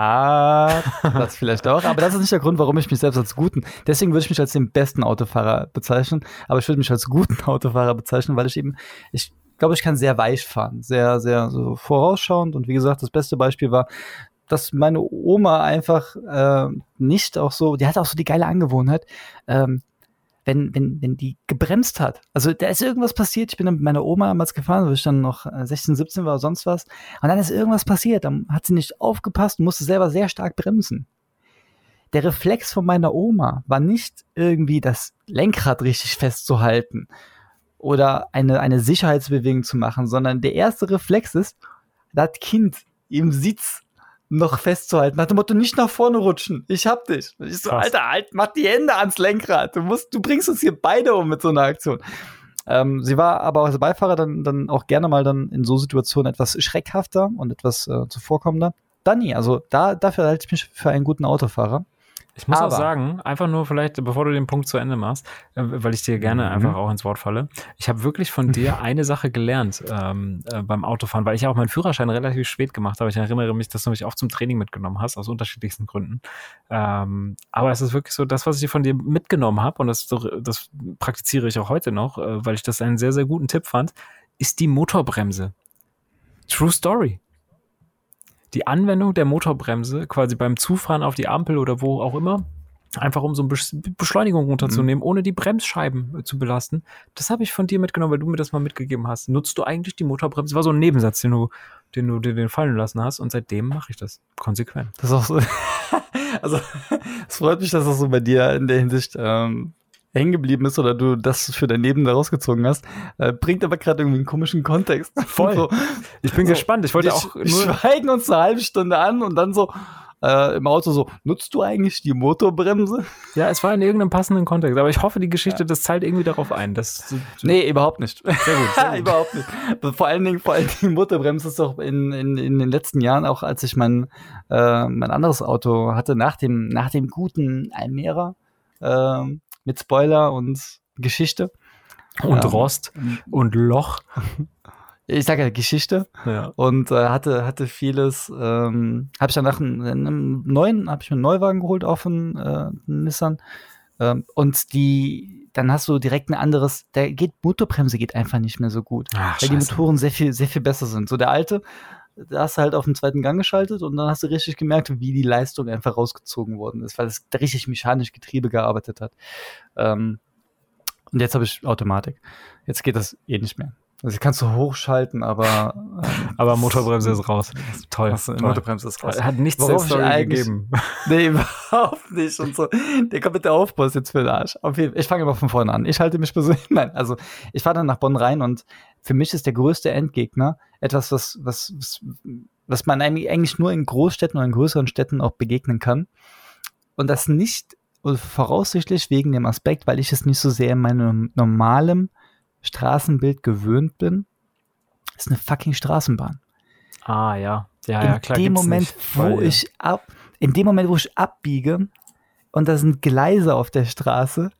ja, das vielleicht auch, aber das ist nicht der Grund, warum ich mich selbst als guten, deswegen würde ich mich als den besten Autofahrer bezeichnen, aber ich würde mich als guten Autofahrer bezeichnen, weil ich eben, ich glaube, ich kann sehr weich fahren, sehr, sehr so vorausschauend und wie gesagt, das beste Beispiel war, dass meine Oma einfach äh, nicht auch so, die hat auch so die geile Angewohnheit, ähm, Wenn, wenn, wenn die gebremst hat. Also da ist irgendwas passiert, ich bin dann mit meiner Oma damals gefahren, wo ich dann noch sechzehn, siebzehn war oder sonst was. Und dann ist irgendwas passiert, dann hat sie nicht aufgepasst und musste selber sehr stark bremsen. Der Reflex von meiner Oma war nicht irgendwie das Lenkrad richtig festzuhalten oder eine, eine Sicherheitsbewegung zu machen, sondern der erste Reflex ist, das Kind im Sitz noch festzuhalten. Nach dem Motto, nicht nach vorne rutschen. Ich hab dich. Und ich so, Krass. Alter, halt, mach die Hände ans Lenkrad. Du musst, du bringst uns hier beide um mit so einer Aktion. Ähm, sie war aber als Beifahrer dann, dann auch gerne mal dann in so Situationen etwas schreckhafter und etwas äh, zuvorkommender. Dann nie. Also da, dafür halte ich mich für einen guten Autofahrer. Ich muss Aber- auch sagen, einfach nur vielleicht, bevor du den Punkt zu Ende machst, äh, weil ich dir gerne Mhm. einfach auch ins Wort falle. Ich habe wirklich von dir eine Sache gelernt ähm, äh, beim Autofahren, weil ich ja auch meinen Führerschein relativ spät gemacht habe. Ich erinnere mich, dass du mich oft zum Training mitgenommen hast, aus unterschiedlichsten Gründen. Ähm, aber es ist wirklich so, das, was ich von dir mitgenommen habe, und das, das praktiziere ich auch heute noch, äh, weil ich das einen sehr, sehr guten Tipp fand, ist die Motorbremse. True Story. Die Anwendung der Motorbremse quasi beim Zufahren auf die Ampel oder wo auch immer, einfach um so eine Besch- Beschleunigung runterzunehmen, mhm. ohne die Bremsscheiben äh, zu belasten. Das habe ich von dir mitgenommen, weil du mir das mal mitgegeben hast. Nutzt du eigentlich die Motorbremse? Das war so ein Nebensatz, den du, den du dir den fallen lassen hast, und seitdem mache ich das konsequent. Das ist auch so. Also, es freut mich, dass das so bei dir in der Hinsicht ähm, hängen geblieben ist oder du das für dein Leben da rausgezogen hast. Äh, bringt aber gerade irgendwie einen komischen Kontext. Voll. So, ich bin so, gespannt. Ich wollte wir auch sch- nur schweigen uns eine halbe Stunde an und dann so äh, im Auto so, nutzt du eigentlich die Motorbremse? Ja, es war in irgendeinem passenden Kontext, aber ich hoffe, die Geschichte, ja. das zahlt irgendwie darauf ein. Dass, nee, überhaupt nicht. Sehr gut. Sehr gut. Überhaupt nicht. Vor allen Dingen, vor allen Dingen Motorbremse ist doch in, in, in den letzten Jahren, auch als ich mein, äh, mein anderes Auto hatte, nach dem, nach dem guten Almera äh, mit Spoiler und Geschichte. Und ähm, Rost und Loch. Ich sage ja Geschichte, ja. und äh, hatte hatte vieles. Ähm, habe ich dann nach einem, einem neuen, habe ich mir einen Neuwagen geholt auf einen, äh, einen Nissan, ähm, und die, dann hast du direkt ein anderes. Der geht Motorbremse geht einfach nicht mehr so gut, Ach, weil Scheiße. die Motoren sehr viel sehr viel besser sind. So der alte, da hast du halt auf den zweiten Gang geschaltet und dann hast du richtig gemerkt, wie die Leistung einfach rausgezogen worden ist, weil es richtig mechanisch Getriebe gearbeitet hat. Ähm, und jetzt habe ich Automatik. Jetzt geht das eh nicht mehr. Also kannst du hochschalten, aber ähm, aber Motorbremse ist raus. Toll. Toll. Motorbremse ist raus. Hat nichts der Story gegeben. Nee, überhaupt nicht. Und so, der komplette Aufbau ist jetzt für den Arsch. Auf jeden Fall, ich fange immer von vorne an. Ich halte mich persönlich, nein, also ich fahre dann nach Bonn rein und für mich ist der größte Endgegner etwas, was, was, was, was man eigentlich nur in Großstädten oder in größeren Städten auch begegnen kann. Und das nicht voraussichtlich wegen dem Aspekt, weil ich es nicht so sehr in meinem normalen Straßenbild gewöhnt bin, ist eine fucking Straßenbahn. Ah, ja. Ja, in ja, klar. Dem Moment, nicht, wo weil, ich ab, in dem Moment, wo ich abbiege und da sind Gleise auf der Straße,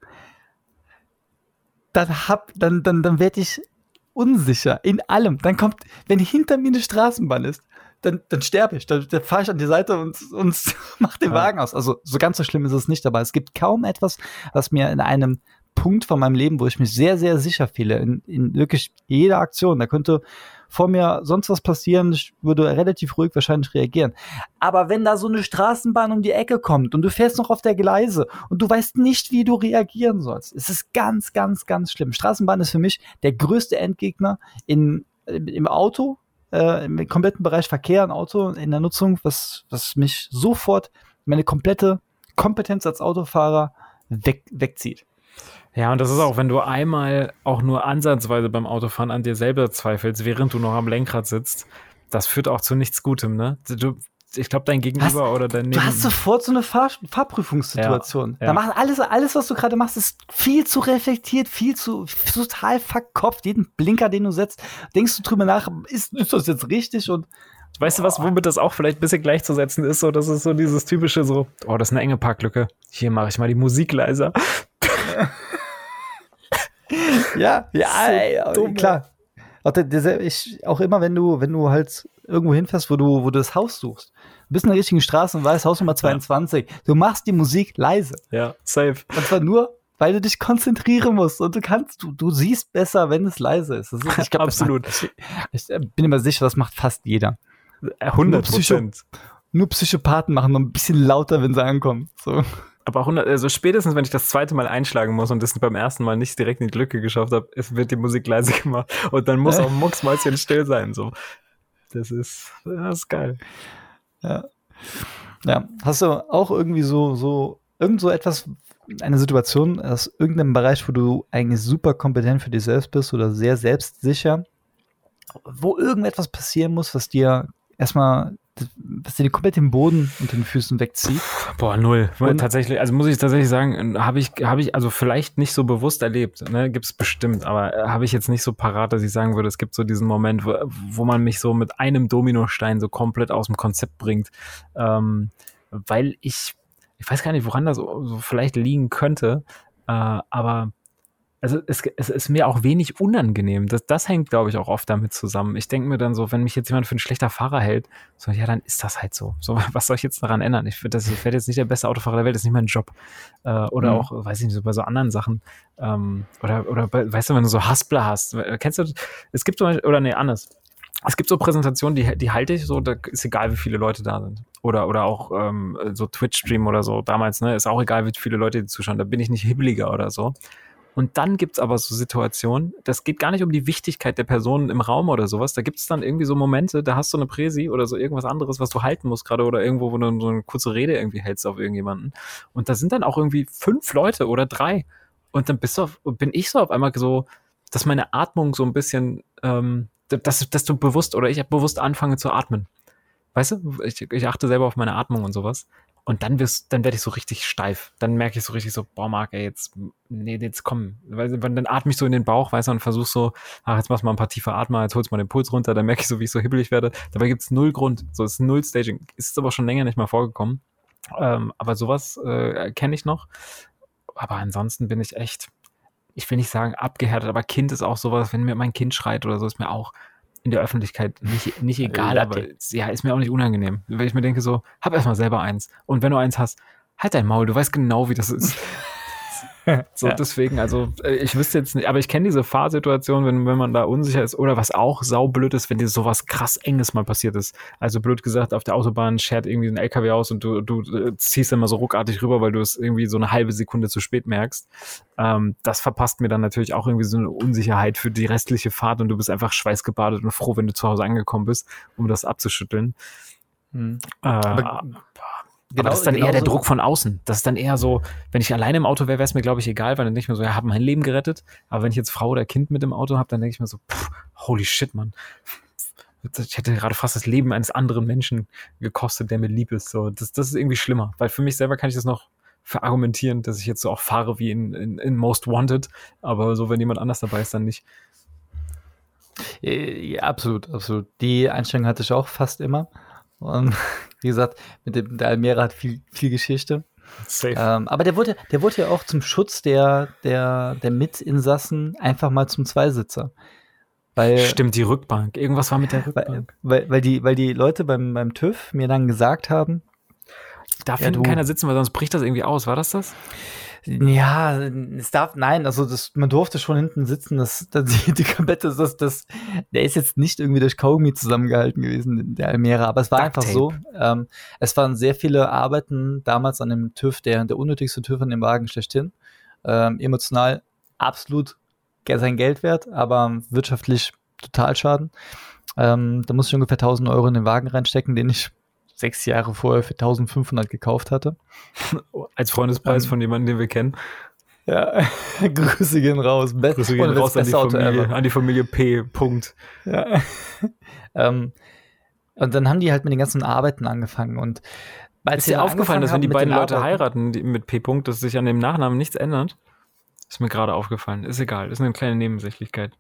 dann hab, dann, dann, dann werde ich unsicher in allem. Dann kommt, wenn hinter mir eine Straßenbahn ist, dann, dann sterbe ich. Dann, dann fahre ich an die Seite und, und mach den ja. Wagen aus. Also so ganz so schlimm ist es nicht, aber es gibt kaum etwas, was mir in einem Punkt von meinem Leben, wo ich mich sehr, sehr sicher fühle, in, in wirklich jeder Aktion. Da könnte vor mir sonst was passieren, ich würde relativ ruhig wahrscheinlich reagieren. Aber wenn da so eine Straßenbahn um die Ecke kommt und du fährst noch auf der Gleise und du weißt nicht, wie du reagieren sollst, es ist ganz, ganz, ganz schlimm. Straßenbahn ist für mich der größte Endgegner in, im Auto, äh, im kompletten Bereich Verkehr und Auto, in der Nutzung, was, was mich sofort meine komplette Kompetenz als Autofahrer weg, wegzieht. Ja, und das ist auch, wenn du einmal auch nur ansatzweise beim Autofahren an dir selber zweifelst, während du noch am Lenkrad sitzt, das führt auch zu nichts Gutem, ne? Du, ich glaube, dein Gegenüber hast, oder dein Neben- Du hast sofort so eine Fahr- Fahrprüfungssituation. Ja, ja. Da macht alles, alles, was du gerade machst, ist viel zu reflektiert, viel zu total verkopft. Jeden Blinker, den du setzt, denkst du drüber nach, ist, ist das jetzt richtig? Und weißt du was, womit das auch vielleicht ein bisschen gleichzusetzen ist? So, das ist so dieses typische so, oh, das ist eine enge Parklücke. Hier mache ich mal die Musik leiser. Ja, ja, so ey, dumm, klar. Auch, der, der, ich, auch immer, wenn du, wenn du halt irgendwo hinfährst, wo du, wo du das Haus suchst, du bist in der richtigen Straße und weißt, Hausnummer zweiundzwanzig, ja. Du machst die Musik leise. Ja, safe. Und zwar nur, weil du dich konzentrieren musst und du kannst, du, du siehst besser, wenn es leise ist. Das ist ich glaub, absolut. Das macht, ich, ich bin immer sicher, das macht fast jeder. hundert Prozent. Nur, Psycho, nur Psychopathen machen noch ein bisschen lauter, wenn sie ankommen. So. Aber hundert, also spätestens, wenn ich das zweite Mal einschlagen muss und das beim ersten Mal nicht direkt in die Lücke geschafft habe, es wird die Musik leise gemacht und dann muss auch mucksmäuschen still sein. So, das ist, das ist geil. Ja. Ja. Hast du auch irgendwie so, so, irgend so etwas, eine Situation aus irgendeinem Bereich, wo du eigentlich super kompetent für dich selbst bist oder sehr selbstsicher, wo irgendetwas passieren muss, was dir erstmal was dir komplett den Boden unter den Füßen wegzieht? Boah, null. Und tatsächlich, also muss ich tatsächlich sagen, habe ich, habe ich, also vielleicht nicht so bewusst erlebt, ne, gibt's bestimmt, aber äh, habe ich jetzt nicht so parat, dass ich sagen würde, es gibt so diesen Moment, wo, wo man mich so mit einem Dominostein so komplett aus dem Konzept bringt, ähm, weil ich ich weiß gar nicht, woran das so, so vielleicht liegen könnte, äh, aber also es, es ist mir auch wenig unangenehm. Das, das hängt, glaube ich, auch oft damit zusammen. Ich denke mir dann so, wenn mich jetzt jemand für ein schlechter Fahrer hält, so, ja, dann ist das halt so. So, was soll ich jetzt daran ändern? Ich, das, ich werde jetzt nicht der beste Autofahrer der Welt, das ist nicht mein Job. Äh, oder Mhm. auch, weiß ich nicht, so bei so anderen Sachen. Ähm, oder, oder bei, weißt du, wenn du so Haspler hast, kennst du, es gibt so, oder nee, anders. Es gibt so Präsentationen, die, die halte ich so, da ist egal, wie viele Leute da sind. Oder, oder auch ähm, so Twitch-Stream oder so damals, ne, ist auch egal, wie viele Leute die zuschauen. Da bin ich nicht hibbeliger oder so. Und dann gibt's aber so Situationen, das geht gar nicht um die Wichtigkeit der Personen im Raum oder sowas, da gibt's dann irgendwie so Momente, da hast du eine Präsi oder so irgendwas anderes, was du halten musst gerade oder irgendwo, wo du so eine kurze Rede irgendwie hältst auf irgendjemanden. Und da sind dann auch irgendwie fünf Leute oder drei. Und dann bist du auf, bin ich so auf einmal so, dass meine Atmung so ein bisschen, ähm, dass, dass du bewusst oder ich bewusst anfange zu atmen. Weißt du, ich, ich achte selber auf meine Atmung und sowas. Und dann wirst, dann werde ich so richtig steif. Dann merke ich so richtig so, boah, Marc, ey, jetzt, nee, jetzt komm. Weil, dann atme ich so in den Bauch, weißt du, und versuch so, ach, jetzt machst du mal ein paar tiefe Atmer, jetzt holst du mal den Puls runter, dann merke ich so, wie ich so hibbelig werde. Dabei gibt's null Grund. So, es ist null Staging. Ist aber schon länger nicht mal vorgekommen. Ähm, aber sowas äh, kenne ich noch. Aber ansonsten bin ich echt, ich will nicht sagen abgehärtet, aber Kind ist auch sowas, wenn mir mein Kind schreit oder so, ist mir auch in der Öffentlichkeit nicht, nicht egal, Latte. aber ja, ist mir auch nicht unangenehm. Weil ich mir denke so, hab erstmal selber eins. Und wenn du eins hast, halt dein Maul, du weißt genau, wie das ist. So, Ja. deswegen, also ich wüsste jetzt nicht, aber ich kenne diese Fahrsituation, wenn, wenn man da unsicher ist oder was auch saublöd ist, wenn dir sowas krass Enges mal passiert ist. Also blöd gesagt, auf der Autobahn schert irgendwie ein L K W aus und du, du äh, ziehst dann mal so ruckartig rüber, weil du es irgendwie so eine halbe Sekunde zu spät merkst. Ähm, das verpasst mir dann natürlich auch irgendwie so eine Unsicherheit für die restliche Fahrt und du bist einfach schweißgebadet und froh, wenn du zu Hause angekommen bist, um das abzuschütteln. Mhm. Äh, Aber aber das ist dann eher der genauso- Druck von außen. Das ist dann eher so, wenn ich alleine im Auto wäre, wäre es mir, glaube ich, egal, weil dann denke ich mir so, ja, habe mein Leben gerettet. Aber wenn ich jetzt Frau oder Kind mit im Auto habe, dann denke ich mir so, pff, holy shit, Mann. Ich hätte gerade fast das Leben eines anderen Menschen gekostet, der mir lieb ist. So, das, das ist irgendwie schlimmer. Weil für mich selber kann ich das noch verargumentieren, dass ich jetzt so auch fahre wie in, in, in Most Wanted. Aber so, wenn jemand anders dabei ist, dann nicht. Äh, Ja, absolut, absolut. Die Einstellung hatte ich auch fast immer. Und wie gesagt, mit dem, der Almera hat viel, viel Geschichte. Safe. Ähm, aber der wurde, der wurde ja auch zum Schutz der, der, der Mitinsassen einfach mal zum Zweisitzer. Weil, Stimmt, die Rückbank. Irgendwas war mit der weil, Rückbank. weil, weil, die, weil die Leute beim, beim TÜV mir dann gesagt haben, Darf Ja, hinten du- keiner sitzen, weil sonst bricht das irgendwie aus. War das das? ja, es darf, nein, also das, man durfte schon hinten sitzen, das, das die, die komplette, das, das, der ist jetzt nicht irgendwie durch Kaugummi zusammengehalten gewesen, der Almera, aber es war Duct einfach so, ähm, es waren sehr viele Arbeiten damals an dem TÜV, der, der unnötigste TÜV an dem Wagen schlechthin, ähm, emotional absolut ge- sein Geld wert, aber wirtschaftlich total Schaden. Ähm, da musste ich ungefähr tausend Euro in den Wagen reinstecken, den ich sechs Jahre vorher für eintausendfünfhundert gekauft hatte. Als Freundespreis Ähm, von jemandem, den wir kennen. Ja, Grüße gehen raus. Be Grüße gehen ohne Witz, raus an die, beste Auto Familie, ever. an die Familie P. Punkt. Ja. ähm, und dann haben die halt mit den ganzen Arbeiten angefangen. Und als Ist sie dir dann aufgefallen, angefangen dass wenn haben die mit beiden den Leute Arbeiten- heiraten die mit P. Punkt, dass sich an dem Nachnamen nichts ändert? Ist mir gerade aufgefallen. Ist egal. Ist eine kleine Nebensächlichkeit.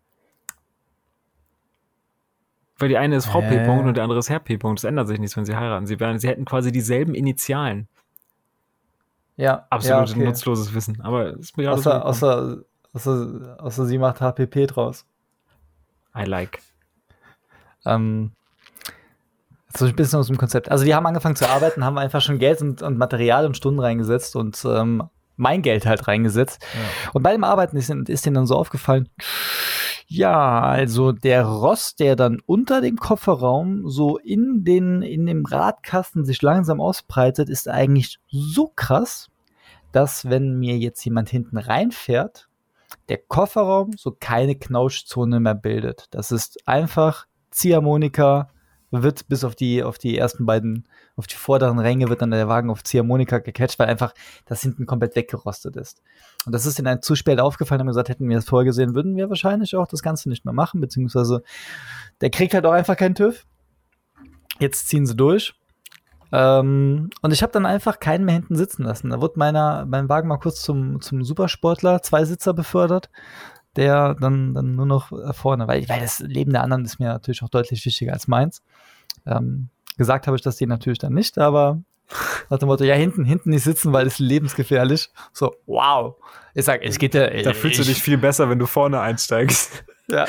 Weil die eine ist Frau P. Hä? Punkt und der andere ist Herr P. Punkt. Das ändert sich nichts, wenn sie heiraten. Sie, werden, sie hätten quasi dieselben Initialen. Ja, Absolut ja, okay. nutzloses Wissen. Aber ist mir gerade so Außer, gekommen. außer, außer, außer sie macht H P P draus. I like. Ähm, so ein bisschen aus dem Konzept. Also die haben angefangen zu arbeiten, haben einfach schon Geld und, und Material und Stunden reingesetzt und ähm, mein Geld halt reingesetzt. Ja. Und bei dem Arbeiten ist, ist denen dann so aufgefallen, ja, also der Rost, der dann unter dem Kofferraum so in, den, in dem Radkasten sich langsam ausbreitet, ist eigentlich so krass, dass wenn mir jetzt jemand hinten reinfährt, der Kofferraum so keine Knautschzone mehr bildet. Das ist einfach Ziehharmonika, wird bis auf die, auf die ersten beiden, auf die vorderen Ränge wird dann der Wagen auf Ziehharmonika gecatcht, weil einfach das hinten komplett weggerostet ist. Und das ist ihnen zu spät aufgefallen, haben gesagt, hätten wir das vorgesehen, würden wir wahrscheinlich auch das Ganze nicht mehr machen, beziehungsweise der kriegt halt auch einfach keinen TÜV. Jetzt ziehen sie durch. Ähm, und ich habe dann einfach keinen mehr hinten sitzen lassen. Da wurde meiner, mein Wagen mal kurz zum, zum Supersportler, Zweisitzer befördert, der dann, dann nur noch vorne, weil, weil das Leben der anderen ist mir natürlich auch deutlich wichtiger als meins. Ähm, gesagt habe ich das denen natürlich dann nicht, aber Nach dem Motto, ja, hinten, hinten nicht sitzen, weil es ist lebensgefährlich. So, wow. Ich sag, es geht ja. Da fühlst du dich viel besser, wenn du vorne einsteigst. Ja.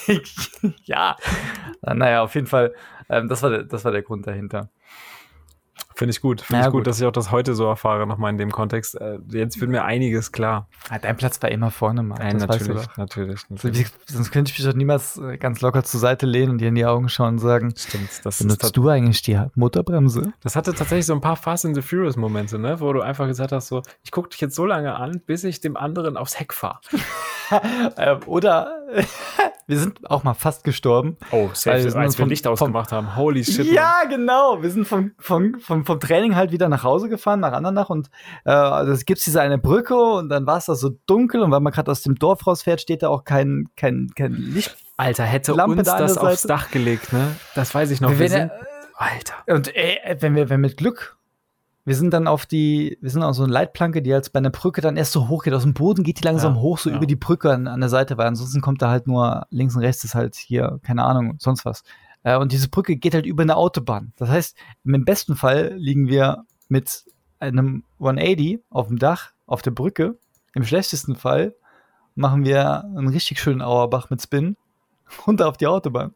Ja. Naja, auf jeden Fall, ähm, das war der, das war der Grund dahinter. Finde ich gut. Finde Ja, ich gut, gut, dass ich auch das heute so erfahre, nochmal in dem Kontext. Äh, jetzt wird mir einiges klar. Ja, dein Platz war immer vorne, Mann. Nein, das natürlich, weißt du doch. natürlich, So, natürlich. wie, sonst könnte ich mich doch niemals äh, ganz locker zur Seite lehnen und dir in die Augen schauen und sagen, Stimmt. Das, ist benutzt tat- du eigentlich die Motorbremse? das hatte tatsächlich so ein paar Fast and the Furious Momente, ne? Wo du einfach gesagt hast, so, ich gucke dich jetzt so lange an, bis ich dem anderen aufs Heck fahre. ähm, oder wir sind auch mal fast gestorben. Oh, Weil safe, wir als sind uns wir vom- Licht vom- ausgemacht haben. Holy shit. Mann. Ja, genau. Wir sind vom, vom, vom, vom Training halt wieder nach Hause gefahren, nach Andernach. Und äh, es gibt diese eine Brücke und dann war es da so dunkel. Und weil man gerade aus dem Dorf rausfährt, steht da auch kein, kein, kein Licht. Alter, hätte Lampe uns da an das der aufs Seite. Dach gelegt, ne? Das weiß ich noch. Wir Wir wären sind, Alter. Und äh, wenn wir, wenn mit Glück, wir sind dann auf die, wir sind auf so eine Leitplanke, die als bei einer Brücke dann erst so hoch geht. Aus dem Boden geht die langsam Ja, hoch, so ja. über die Brücke an, an der Seite, weil ansonsten kommt da halt nur links und rechts ist halt hier, keine Ahnung, sonst was. Äh, und diese Brücke geht halt über eine Autobahn. Das heißt, im besten Fall liegen wir mit einem hundertachtzig auf dem Dach, auf der Brücke. Im schlechtesten Fall machen wir einen richtig schönen Auerbach mit Spin runter auf die Autobahn.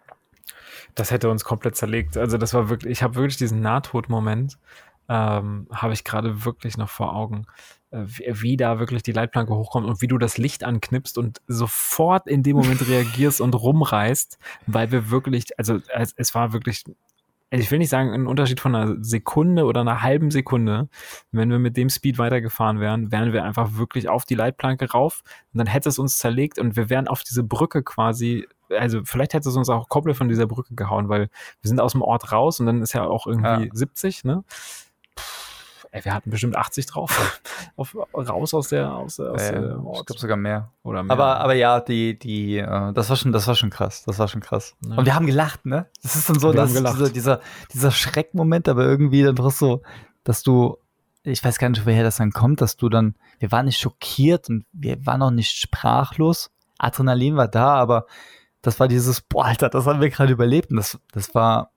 Das hätte uns komplett zerlegt. Also das war wirklich, ich habe wirklich diesen Nahtodmoment, ähm, habe ich gerade wirklich noch vor Augen, äh, wie, wie da wirklich die Leitplanke hochkommt und wie du das Licht anknipst und sofort in dem Moment reagierst und rumreißt, weil wir wirklich, also es, es war wirklich, also ich will nicht sagen, ein Unterschied von einer Sekunde oder einer halben Sekunde. Wenn wir mit dem Speed weitergefahren wären, wären wir einfach wirklich auf die Leitplanke rauf und dann hätte es uns zerlegt und wir wären auf diese Brücke quasi, also vielleicht hätte es uns auch komplett von dieser Brücke gehauen, weil wir sind aus dem Ort raus und dann ist ja auch irgendwie Ja. siebzig, ne? Pff, ey, wir hatten bestimmt achtzig drauf. auf, raus aus der, aus der, aus Äh, der ich Ort. glaube sogar mehr. Oder mehr. Aber, aber ja, die, die, äh, das war schon, das war schon krass. Das war schon krass. Ja. Und wir haben gelacht, ne? Das ist dann so, Wir dass haben gelacht. dieser, dieser, dieser Schreckmoment, aber irgendwie dann doch so, dass du, ich weiß gar nicht, woher das dann kommt, dass du dann, wir waren nicht schockiert und wir waren auch nicht sprachlos. Adrenalin war da, aber das war dieses, boah, Alter, das haben wir gerade überlebt. Und das, das war,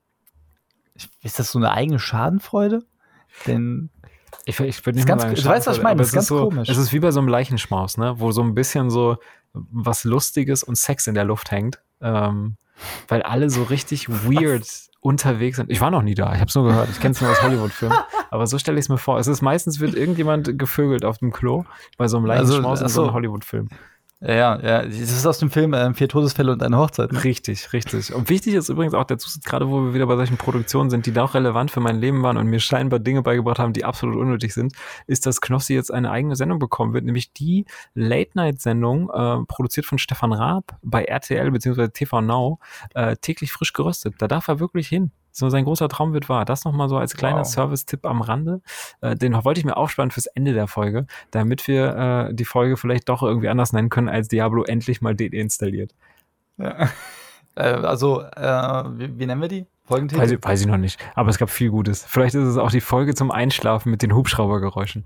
ist das so eine eigene Schadenfreude? Denn Ich, ich würde Ist nicht mal ganz- sagen, du weißt, was ich meine, aber das es ist ganz so, komisch. Es ist wie bei so einem Leichenschmaus, ne? Wo so ein bisschen so was Lustiges und Sex in der Luft hängt. Ähm, weil alle so richtig weird unterwegs sind. Ich war noch nie da, ich habe es nur gehört. Ich kenne es nur aus Hollywood-Filmen. Aber so stelle ich es mir vor. Es ist meistens, wird irgendjemand gevögelt auf dem Klo bei so einem Also, Leichenschmaus in so ach einem so. Hollywood-Film. ja, ja, das ist aus dem Film äh, Vier Todesfälle und eine Hochzeit. Ne? Richtig, richtig. Und wichtig ist übrigens auch der Zusatz, gerade wo wir wieder bei solchen Produktionen sind, die da auch relevant für mein Leben waren und mir scheinbar Dinge beigebracht haben, die absolut unnötig sind, ist, dass Knossi jetzt eine eigene Sendung bekommen wird, nämlich die Late-Night-Sendung, äh, produziert von Stefan Raab bei R T L bzw. T V Now, äh, täglich frisch geröstet. Da darf er wirklich hin. So sein großer Traum wird wahr. Das nochmal so als kleiner Wow. Service-Tipp am Rande. Äh, den wollte ich mir aufsparen fürs Ende der Folge, damit wir äh, die Folge vielleicht doch irgendwie anders nennen können, als Diablo endlich mal deinstalliert. Ja. Äh, also, äh, wie, wie nennen wir die? Folgentitel? Weiß ich, weiß ich noch nicht. Aber es gab viel Gutes. Vielleicht ist es auch die Folge zum Einschlafen mit den Hubschraubergeräuschen.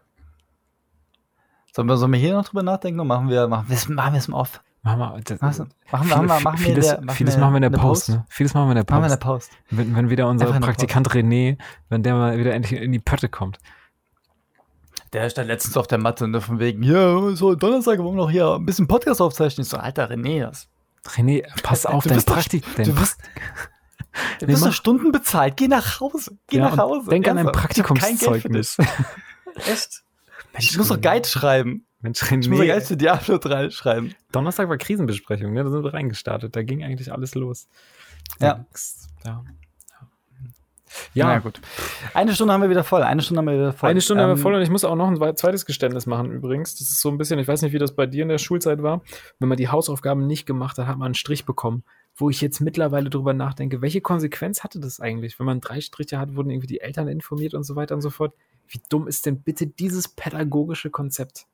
Sollen wir, sollen wir hier noch drüber nachdenken und machen wir, machen wir es machen wir es im Off? Machen wir, das, Was? Machen wir, machen wir, machen wir vieles, der- machen vieles wir machen wir in der eine Post, Post? ne? Vieles machen wir in der Machen wir in der Post. Post. Wenn, wenn wieder unser Einfach in der Praktikant René, wenn der mal wieder endlich in die Pötte kommt. Der stand letztens auf der Matte und von wegen, ja, so Donnerstag wollen wir noch hier ein bisschen Podcast aufzeichnen. Ich so, Alter, René, das. René, pass auf, Du dein bist doch- Praktik. Dein Du wirst, du Nee, wirst mach- doch Stunden bezahlt. Geh nach Hause. Geh Ja, nach und Hause. denk an dein Ernsthaft. Ich hab kein Geld für Praktikumszeugnis. dich. Echt? Ich muss doch René. Guide schreiben. Mensch, Ich muss doch Guide René. zu Diablo drei schreiben. Donnerstag war Krisenbesprechung, ne? Da sind wir reingestartet. Da ging eigentlich alles los. Ja. Ja. Ja, Ja, gut. Eine Stunde haben wir wieder voll. Eine Stunde haben wir wieder voll. eine Stunde haben wir Ähm, voll und ich muss auch noch ein wei- zweites Geständnis machen übrigens. Das ist so ein bisschen, ich weiß nicht, wie das bei dir in der Schulzeit war. Wenn man die Hausaufgaben nicht gemacht hat, hat man einen Strich bekommen. Wo ich jetzt mittlerweile drüber nachdenke, welche Konsequenz hatte das eigentlich? Wenn man drei Striche hat, wurden irgendwie die Eltern informiert und so weiter und so fort. Wie dumm ist denn bitte dieses pädagogische Konzept?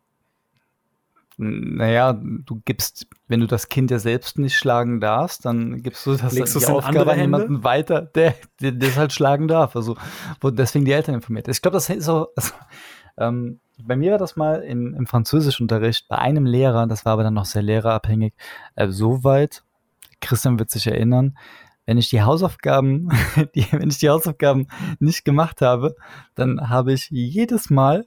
Naja, du gibst, wenn du das Kind ja selbst nicht schlagen darfst, dann gibst du das Legst die du's in Aufgabe andere an Hände? jemanden weiter, der, der das halt schlagen darf. Also, wo deswegen die Eltern informiert. Ich glaube, das ist auch, also, ähm, bei mir war das mal im, im Französischunterricht bei einem Lehrer, das war aber dann noch sehr lehrerabhängig, äh, so weit, Christian wird sich erinnern, wenn ich die Hausaufgaben, die, wenn ich die Hausaufgaben nicht gemacht habe, dann habe ich jedes Mal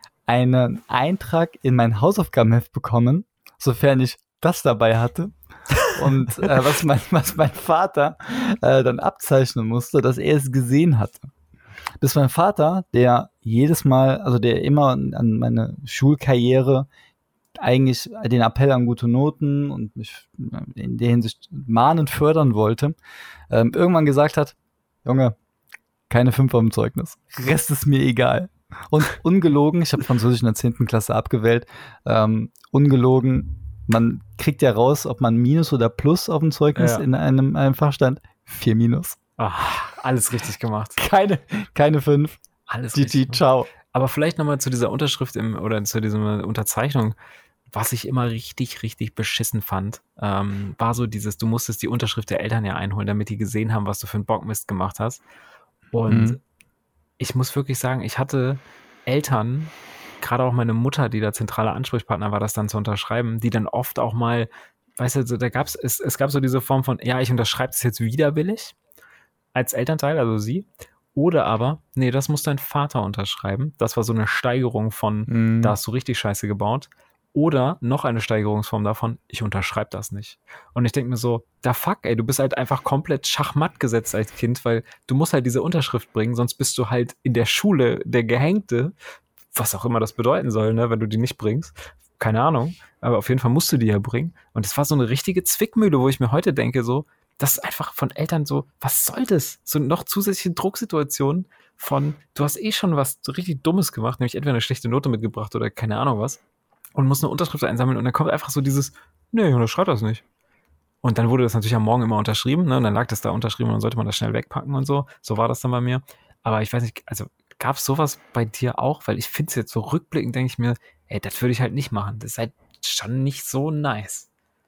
einen Eintrag in mein Hausaufgabenheft bekommen, sofern ich das dabei hatte. Und äh, was, mein, was mein Vater äh, dann abzeichnen musste, dass er es gesehen hatte. Bis mein Vater, der jedes Mal, also der immer an meine Schulkarriere eigentlich den Appell an gute Noten und mich in der Hinsicht mahnend fördern wollte, ähm, irgendwann gesagt hat, Junge, keine fünf auf dem Zeugnis. Rest ist mir egal. Und ungelogen, ich habe Französisch in der zehnten Klasse abgewählt, ähm, ungelogen, man kriegt ja raus, ob man Minus oder Plus auf dem Zeugnis Ja. in einem, einem Fach stand. Vier Minus. Ach, alles richtig gemacht. Keine, keine fünf. Alles G G, richtig gemacht. ciao. Aber vielleicht nochmal zu dieser Unterschrift im, oder zu dieser Unterzeichnung. Was ich immer richtig, richtig beschissen fand, ähm, war so dieses, du musstest die Unterschrift der Eltern ja einholen, damit die gesehen haben, was du für einen Bockmist gemacht hast. Und Mhm. ich muss wirklich sagen, ich hatte Eltern, gerade auch meine Mutter, die da zentraler Ansprechpartner war, das dann zu unterschreiben, die dann oft auch mal, weißt du, so, da gab's, es, es gab so diese Form von, ja, ich unterschreibe es jetzt widerwillig als Elternteil, also sie, oder aber, nee, das muss dein Vater unterschreiben. Das war so eine Steigerung von, Mhm. da hast du richtig Scheiße gebaut. Oder noch eine Steigerungsform davon, ich unterschreibe das nicht. Und ich denke mir so, da fuck, ey, du bist halt einfach komplett schachmatt gesetzt als Kind, weil du musst halt diese Unterschrift bringen, sonst bist du halt in der Schule der Gehängte, was auch immer das bedeuten soll, ne, wenn du die nicht bringst. Keine Ahnung, aber auf jeden Fall musst du die ja bringen. Und es war so eine richtige Zwickmühle, wo ich mir heute denke, so, das ist einfach von Eltern so, was soll das? So noch zusätzliche Drucksituationen von, du hast eh schon was so richtig Dummes gemacht, nämlich entweder eine schlechte Note mitgebracht oder keine Ahnung was. Und muss eine Unterschrift einsammeln und dann kommt einfach so dieses, nee, ich unterschreibe das nicht. Und dann wurde das natürlich am Morgen immer unterschrieben, ne? Und dann lag das da unterschrieben und dann sollte man das schnell wegpacken und so. So war das dann bei mir. Aber ich weiß nicht, also gab es sowas bei dir auch? Weil ich finde es jetzt so rückblickend, denke ich mir, ey, das würde ich halt nicht machen. Das ist halt schon nicht so nice.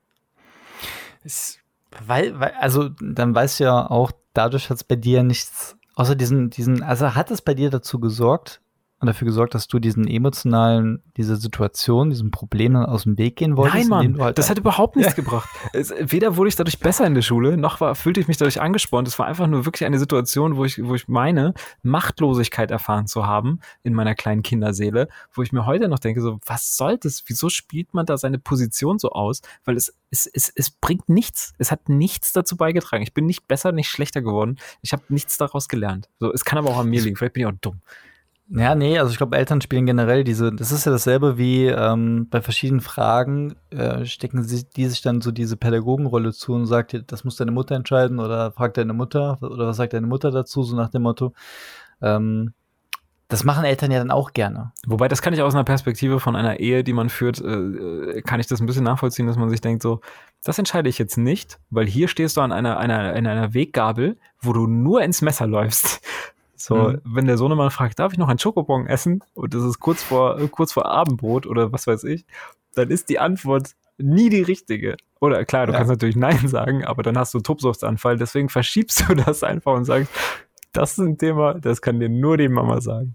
Es, weil, weil, also dann weißt du ja auch, dadurch hat es bei dir nichts, außer diesen, diesen, also hat es bei dir dazu gesorgt und dafür gesorgt, dass du diesen emotionalen, diese Situation, diesem Problem dann aus dem Weg gehen wolltest? Nein, Mann, du halt das hat überhaupt nichts gebracht. Es, weder wurde ich dadurch besser in der Schule, noch war, fühlte ich mich dadurch angespornt. Es war einfach nur wirklich eine Situation, wo ich, wo ich meine, Machtlosigkeit erfahren zu haben in meiner kleinen Kinderseele, wo ich mir heute noch denke, so, was soll das? Wieso spielt man da seine Position so aus? Weil es, es, es, es bringt nichts. Es hat nichts dazu beigetragen. Ich bin nicht besser, nicht schlechter geworden. Ich habe nichts daraus gelernt. So, es kann aber auch an mir liegen. Vielleicht bin ich auch dumm. Ja, nee, also ich glaube, Eltern spielen generell diese, das ist ja dasselbe wie ähm, bei verschiedenen Fragen, äh, stecken sie, die sich dann so diese Pädagogenrolle zu und sagt, das muss deine Mutter entscheiden oder fragt deine Mutter oder was sagt deine Mutter dazu, so nach dem Motto. Ähm, das machen Eltern ja dann auch gerne. Wobei, das kann ich aus einer Perspektive von einer Ehe, die man führt, äh, kann ich das ein bisschen nachvollziehen, dass man sich denkt so, das entscheide ich jetzt nicht, weil hier stehst du an einer, einer, in einer Weggabel, wo du nur ins Messer läufst. So, mhm. Wenn der Sohnemann fragt, darf ich noch einen Schokobon essen? Und das ist kurz vor, kurz vor Abendbrot oder was weiß ich, dann ist die Antwort nie die richtige. Oder klar, du ja. kannst natürlich Nein sagen, aber dann hast du Tobsuchtsanfall, deswegen verschiebst du das einfach und sagst, das ist ein Thema, das kann dir nur die Mama sagen.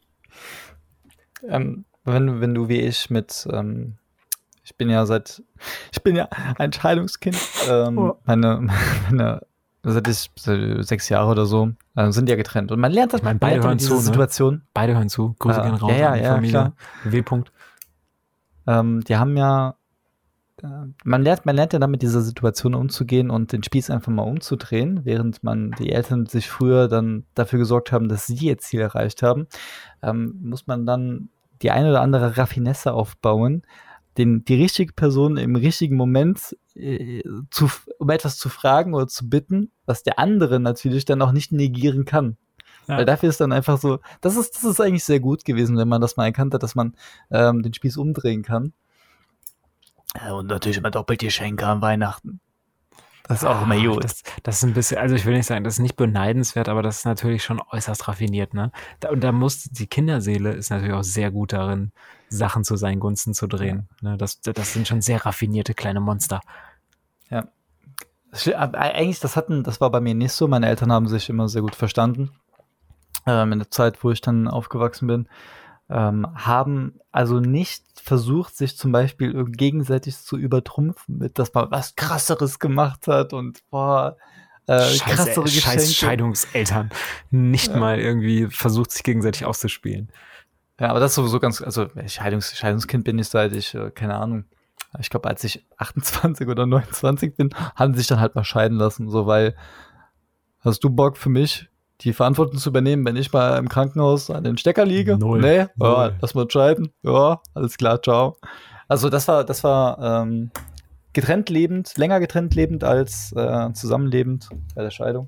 Ähm, wenn, wenn du wie ich mit, ähm, ich bin ja seit, ich bin ja ein Scheidungskind, ähm, oh. meine, meine seit ich sechs Jahre oder so, äh, sind ja getrennt. Und man lernt das, ich meine, beide hören zu, Situation. Ne? Beide hören zu. Grüße äh, gehen raus ja, ja, an die ja, Familie. Klar. W. -Punkt. Ähm, die haben ja, äh, man lernt, man lernt ja dann mit dieser Situation umzugehen und den Spieß einfach mal umzudrehen, während man die Eltern sich früher dann dafür gesorgt haben, dass sie ihr Ziel erreicht haben, ähm, muss man dann die eine oder andere Raffinesse aufbauen, den, die richtige Person im richtigen Moment äh, zu, um etwas zu fragen oder zu bitten, was der andere natürlich dann auch nicht negieren kann. Ja. Weil dafür ist dann einfach so, das ist, das ist eigentlich sehr gut gewesen, wenn man das mal erkannt hat, dass man ähm, den Spieß umdrehen kann. Ja, und natürlich immer doppelte Geschenke an Weihnachten. Das ist auch immer gut. Das, das ist ein bisschen, also ich will nicht sagen, das ist nicht beneidenswert, aber das ist natürlich schon äußerst raffiniert, ne? Da, und da muss, die Kinderseele ist natürlich auch sehr gut darin, Sachen zu seinen Gunsten zu drehen. Ja. Ne? Das, das sind schon sehr raffinierte kleine Monster. Ja. Eigentlich, das hatten, das war bei mir nicht so. Meine Eltern haben sich immer sehr gut verstanden. Ähm, in der Zeit, wo ich dann aufgewachsen bin. Ähm, haben also nicht versucht, sich zum Beispiel gegenseitig zu übertrumpfen, mit dass man was Krasseres gemacht hat und boah, äh, Scheiß, krassere scheiß Geschenke. Scheidungseltern. Nicht Ja. mal irgendwie versucht, sich gegenseitig auszuspielen. Ja, aber das ist sowieso ganz, also Scheidungs, Scheidungskind bin ich seit ich, äh, keine Ahnung, ich glaube, als ich achtundzwanzig oder neunundzwanzig bin, haben sie sich dann halt mal scheiden lassen, so, weil, hast du Bock für mich, die Verantwortung zu übernehmen, wenn ich mal im Krankenhaus an den Stecker liege? Null. Nee, Null. ja, lass mal scheiden, ja, alles klar, ciao. Also das war, das war ähm, getrennt lebend, länger getrennt lebend als äh, zusammenlebend bei der Scheidung.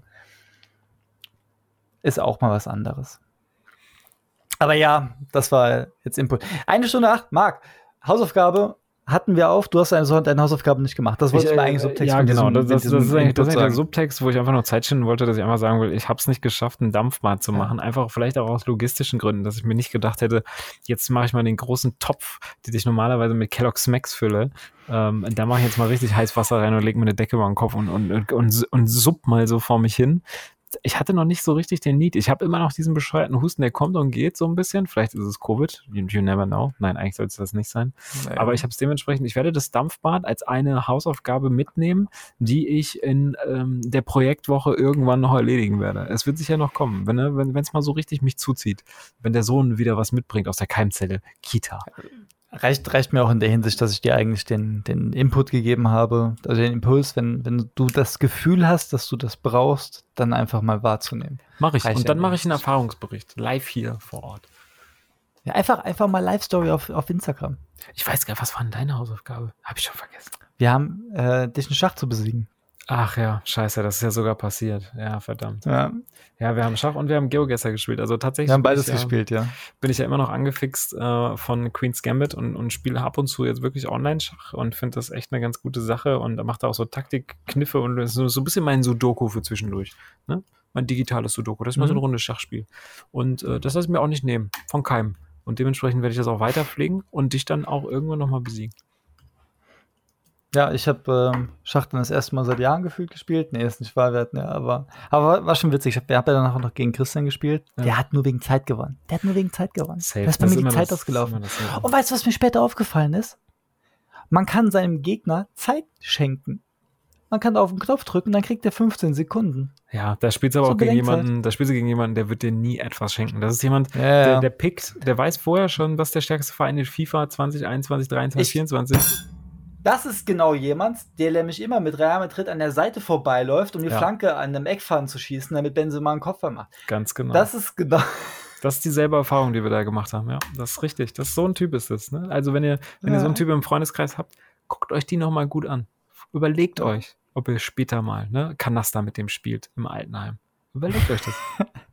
Ist auch mal was anderes. Aber ja, das war jetzt Input. Eine Stunde acht, Marc, Hausaufgabe hatten wir auf. Du hast deine, deine Hausaufgabe nicht gemacht. Das wolltest du mir eigentlich Subtext Ja, mit genau. diesem- Das, mit das, diesem das ist eigentlich, das Input ist eigentlich der sagen. Subtext, wo ich einfach nur Zeit schinden wollte, dass ich einfach sagen will, ich habe es nicht geschafft, ein Dampfbad zu Ja. machen. Einfach vielleicht auch aus logistischen Gründen, dass ich mir nicht gedacht hätte, jetzt mache ich mal den großen Topf, den ich normalerweise mit Kellogg's Smacks fülle. Ähm, da mache ich jetzt mal richtig heiß Wasser rein und lege mir eine Decke über den Kopf und, und, und, und, und supp mal so vor mich hin. Ich hatte noch nicht so richtig den Need. Ich habe immer noch diesen bescheuerten Husten, der kommt und geht so ein bisschen. Vielleicht ist es Covid. You, you never know. Nein, eigentlich sollte es das nicht sein. Naja. Aber ich habe es dementsprechend, ich werde das Dampfbad als eine Hausaufgabe mitnehmen, die ich in ähm, der Projektwoche irgendwann noch erledigen werde. Es wird sicher noch kommen, wenn es wenn, wenn's mal so richtig mich zuzieht. Wenn der Sohn wieder was mitbringt aus der Keimzelle. Kita. Reicht, reicht mir auch in der Hinsicht, dass ich dir eigentlich den, den Input gegeben habe, also den Impuls, wenn, wenn du das Gefühl hast, dass du das brauchst, dann einfach mal wahrzunehmen. Mache ich. Reicht Und dann ja mache ich einen nicht. Erfahrungsbericht. Live hier vor Ort. Ja, einfach, einfach mal Live-Story auf, auf Instagram. Ich weiß gar nicht, was war denn deine Hausaufgabe? Habe ich schon vergessen. Wir haben äh, dich in Schach zu besiegen. Ach ja, scheiße, das ist ja sogar passiert. Ja, verdammt. Ja, Ja, wir haben Schach und wir haben GeoGuessr gespielt. Also tatsächlich wir haben bin beides ich ja, gespielt, ja. bin ich ja immer noch angefixt äh, von Queen's Gambit und, und spiele ab und zu jetzt wirklich Online-Schach und finde das echt eine ganz gute Sache und da macht er auch so Taktikkniffe und das ist so, so ein bisschen mein Sudoku für zwischendurch. Ne? Mein digitales Sudoku. Das ist mal so ein Mhm. rundes Schachspiel. Und äh, das lasse ich mir auch nicht nehmen. Von keinem. Und dementsprechend werde ich das auch weiter pflegen und dich dann auch irgendwann nochmal besiegen. Ja, ich habe ähm, Schach dann das erste Mal seit Jahren gefühlt gespielt. Nee, ist nicht wahr, wir hatten ja, aber, aber war schon witzig. Ich habe hab ja danach auch noch gegen Christian gespielt. Ja. Der hat nur wegen Zeit gewonnen. Der hat nur wegen Zeit gewonnen. Safe. Da ist bei Das mir ist die immer Zeit das- das ist ausgelaufen. immer dasselbe. Und weißt du, was mir später aufgefallen ist? Man kann seinem Gegner Zeit schenken. Man kann da auf den Knopf drücken, dann kriegt er fünfzehn Sekunden. Ja, da spielst du aber So auch gegen Bedenkzeit. jemanden, da spielst du gegen jemanden, der wird dir nie etwas schenken. Das ist jemand, Ja, der, ja. der pickt, der weiß vorher schon, was der stärkste Verein in FIFA zwanzig einundzwanzig, dreiundzwanzig, Ich- vierundzwanzig. Das ist genau jemand, der nämlich immer mit Real Madrid an der Seite vorbeiläuft, um die Ja. Flanke an einem Eckpfannen zu schießen, damit Benzema einen Kopf macht. Ganz genau. Das, Das ist genau. ist dieselbe Erfahrung, die wir da gemacht haben. Ja, das ist richtig. Das ist so ein Typ ist das. Ne? Also wenn ihr, wenn ihr so einen Ja. Typ im Freundeskreis habt, guckt euch die nochmal gut an. Überlegt Ja. euch, ob ihr später mal ne, Kanaster mit dem spielt im Altenheim. Überlegt euch das.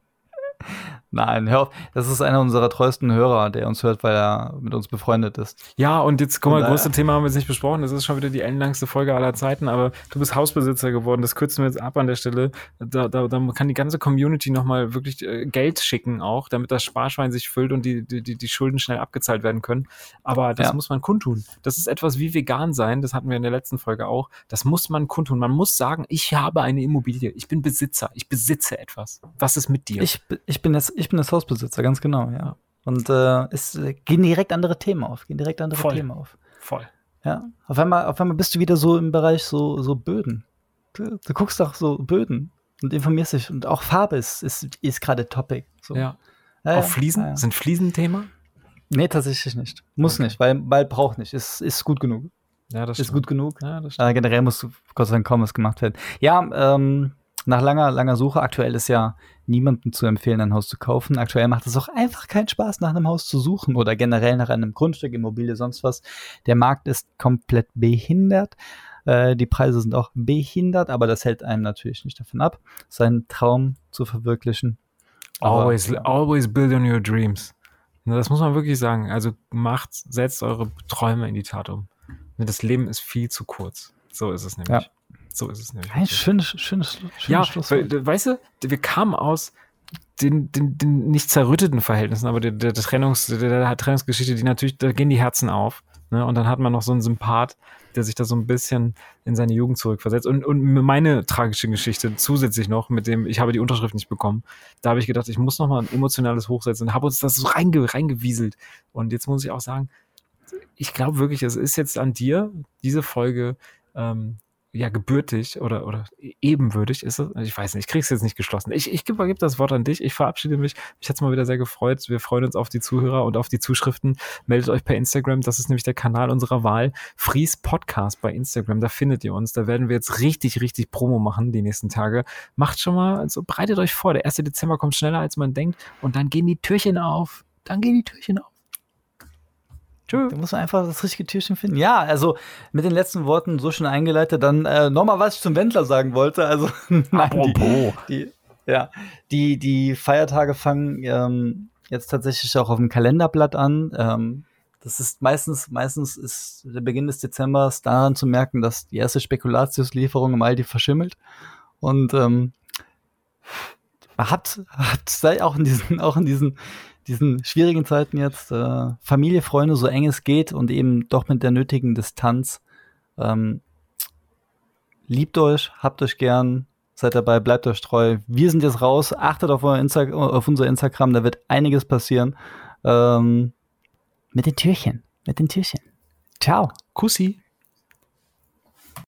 Nein, hör auf. Das ist einer unserer treuesten Hörer, der uns hört, weil er mit uns befreundet ist. Ja, und jetzt, guck mal, Von große daher- Thema haben wir jetzt nicht besprochen. Das ist schon wieder die ellenlangste Folge aller Zeiten, aber du bist Hausbesitzer geworden. Das kürzen wir jetzt ab an der Stelle. Da, da, da kann die ganze Community nochmal wirklich äh, Geld schicken auch, damit das Sparschwein sich füllt und die, die, die die Schulden schnell abgezahlt werden können. Aber das Ja. muss man kundtun. Das ist etwas wie vegan sein. Das hatten wir in der letzten Folge auch. Das muss man kundtun. Man muss sagen, ich habe eine Immobilie. Ich bin Besitzer. Ich besitze etwas. Was ist mit dir? Ich, ich, bin das, ich bin das Hausbesitzer, ganz genau, ja. Und äh, es äh, gehen direkt andere Themen auf, gehen direkt andere Voll. Themen auf. Voll. Ja. Auf einmal, auf einmal bist du wieder so im Bereich so, so Böden. Du, du guckst doch so Böden und informierst dich. Und auch Farbe ist, ist, ist gerade Topic. So. Ja. Ja, Auf Fliesen? ja, ja. Sind Fliesen ein Thema? Nee, tatsächlich nicht. Muss Okay. nicht, weil, weil braucht nicht. Ist, ist gut genug. Ja, das Ist stimmt. gut genug. Ja, das stimmt. Äh, generell muss Gott sei Dank kaum was gemacht werden. Ja, ähm, nach langer, langer Suche, aktuell ist ja niemandem zu empfehlen, ein Haus zu kaufen. Aktuell macht es auch einfach keinen Spaß, nach einem Haus zu suchen oder generell nach einem Grundstück, Immobilie, sonst was. Der Markt ist komplett behindert. Äh, die Preise sind auch behindert, aber das hält einen natürlich nicht davon ab, seinen Traum zu verwirklichen. Aber, Always, ja. always build on your dreams. Ne, das muss man wirklich sagen. Also macht, setzt eure Träume in die Tat um. Ne, Das Leben ist viel zu kurz. So ist es nämlich. Ja. So ist es nämlich. Ein wirklich. schönes, schönes, schönes Ja, Schlusswort. weil, weißt du, wir kamen aus den, den, den nicht zerrütteten Verhältnissen, aber der, der, der, Trennungs, der, der Trennungsgeschichte, die natürlich, da gehen die Herzen auf. Ne? Und dann hat man noch so einen Sympath, der sich da so ein bisschen in seine Jugend zurückversetzt. Und, und meine tragische Geschichte zusätzlich noch, mit dem, ich habe die Unterschrift nicht bekommen, da habe ich gedacht, ich muss noch mal ein emotionales hochsetzen und habe uns das so reinge, reingewieselt. Und jetzt muss ich auch sagen, ich glaube wirklich, es ist jetzt an dir, diese Folge ähm, ja, gebürtig oder, oder ebenwürdig ist es. Ich weiß nicht, ich krieg's jetzt nicht geschlossen. Ich, ich gebe geb das Wort an dich. Ich verabschiede mich. Mich hat's mal wieder sehr gefreut. Wir freuen uns auf die Zuhörer und auf die Zuschriften. Meldet euch per Instagram. Das ist nämlich der Kanal unserer Wahl. Fries Podcast bei Instagram. Da findet ihr uns. Da werden wir jetzt richtig, richtig Promo machen die nächsten Tage. Macht schon mal, also bereitet euch vor. Der erste Dezember kommt schneller, als man denkt. Und dann gehen die Türchen auf. Dann gehen die Türchen auf. Da muss man einfach das richtige Türchen finden. Ja, also mit den letzten Worten so schon eingeleitet, dann äh, nochmal, was ich zum Wendler sagen wollte. Also nein, die, die, ja, die, die Feiertage fangen ähm, jetzt tatsächlich auch auf dem Kalenderblatt an. Ähm, das ist meistens, meistens ist der Beginn des Dezembers daran zu merken, dass die erste Spekulatiuslieferung im Aldi verschimmelt. Und ähm, man hat, hat sei auch in diesen, auch in diesen diesen schwierigen Zeiten jetzt äh, Familie, Freunde, so eng es geht und eben doch mit der nötigen Distanz. Ähm, liebt euch, habt euch gern, seid dabei, bleibt euch treu. Wir sind jetzt raus, achtet auf, euer Insta- auf unser Instagram, da wird einiges passieren. Ähm, mit den Türchen, mit den Türchen. Ciao. Kussi.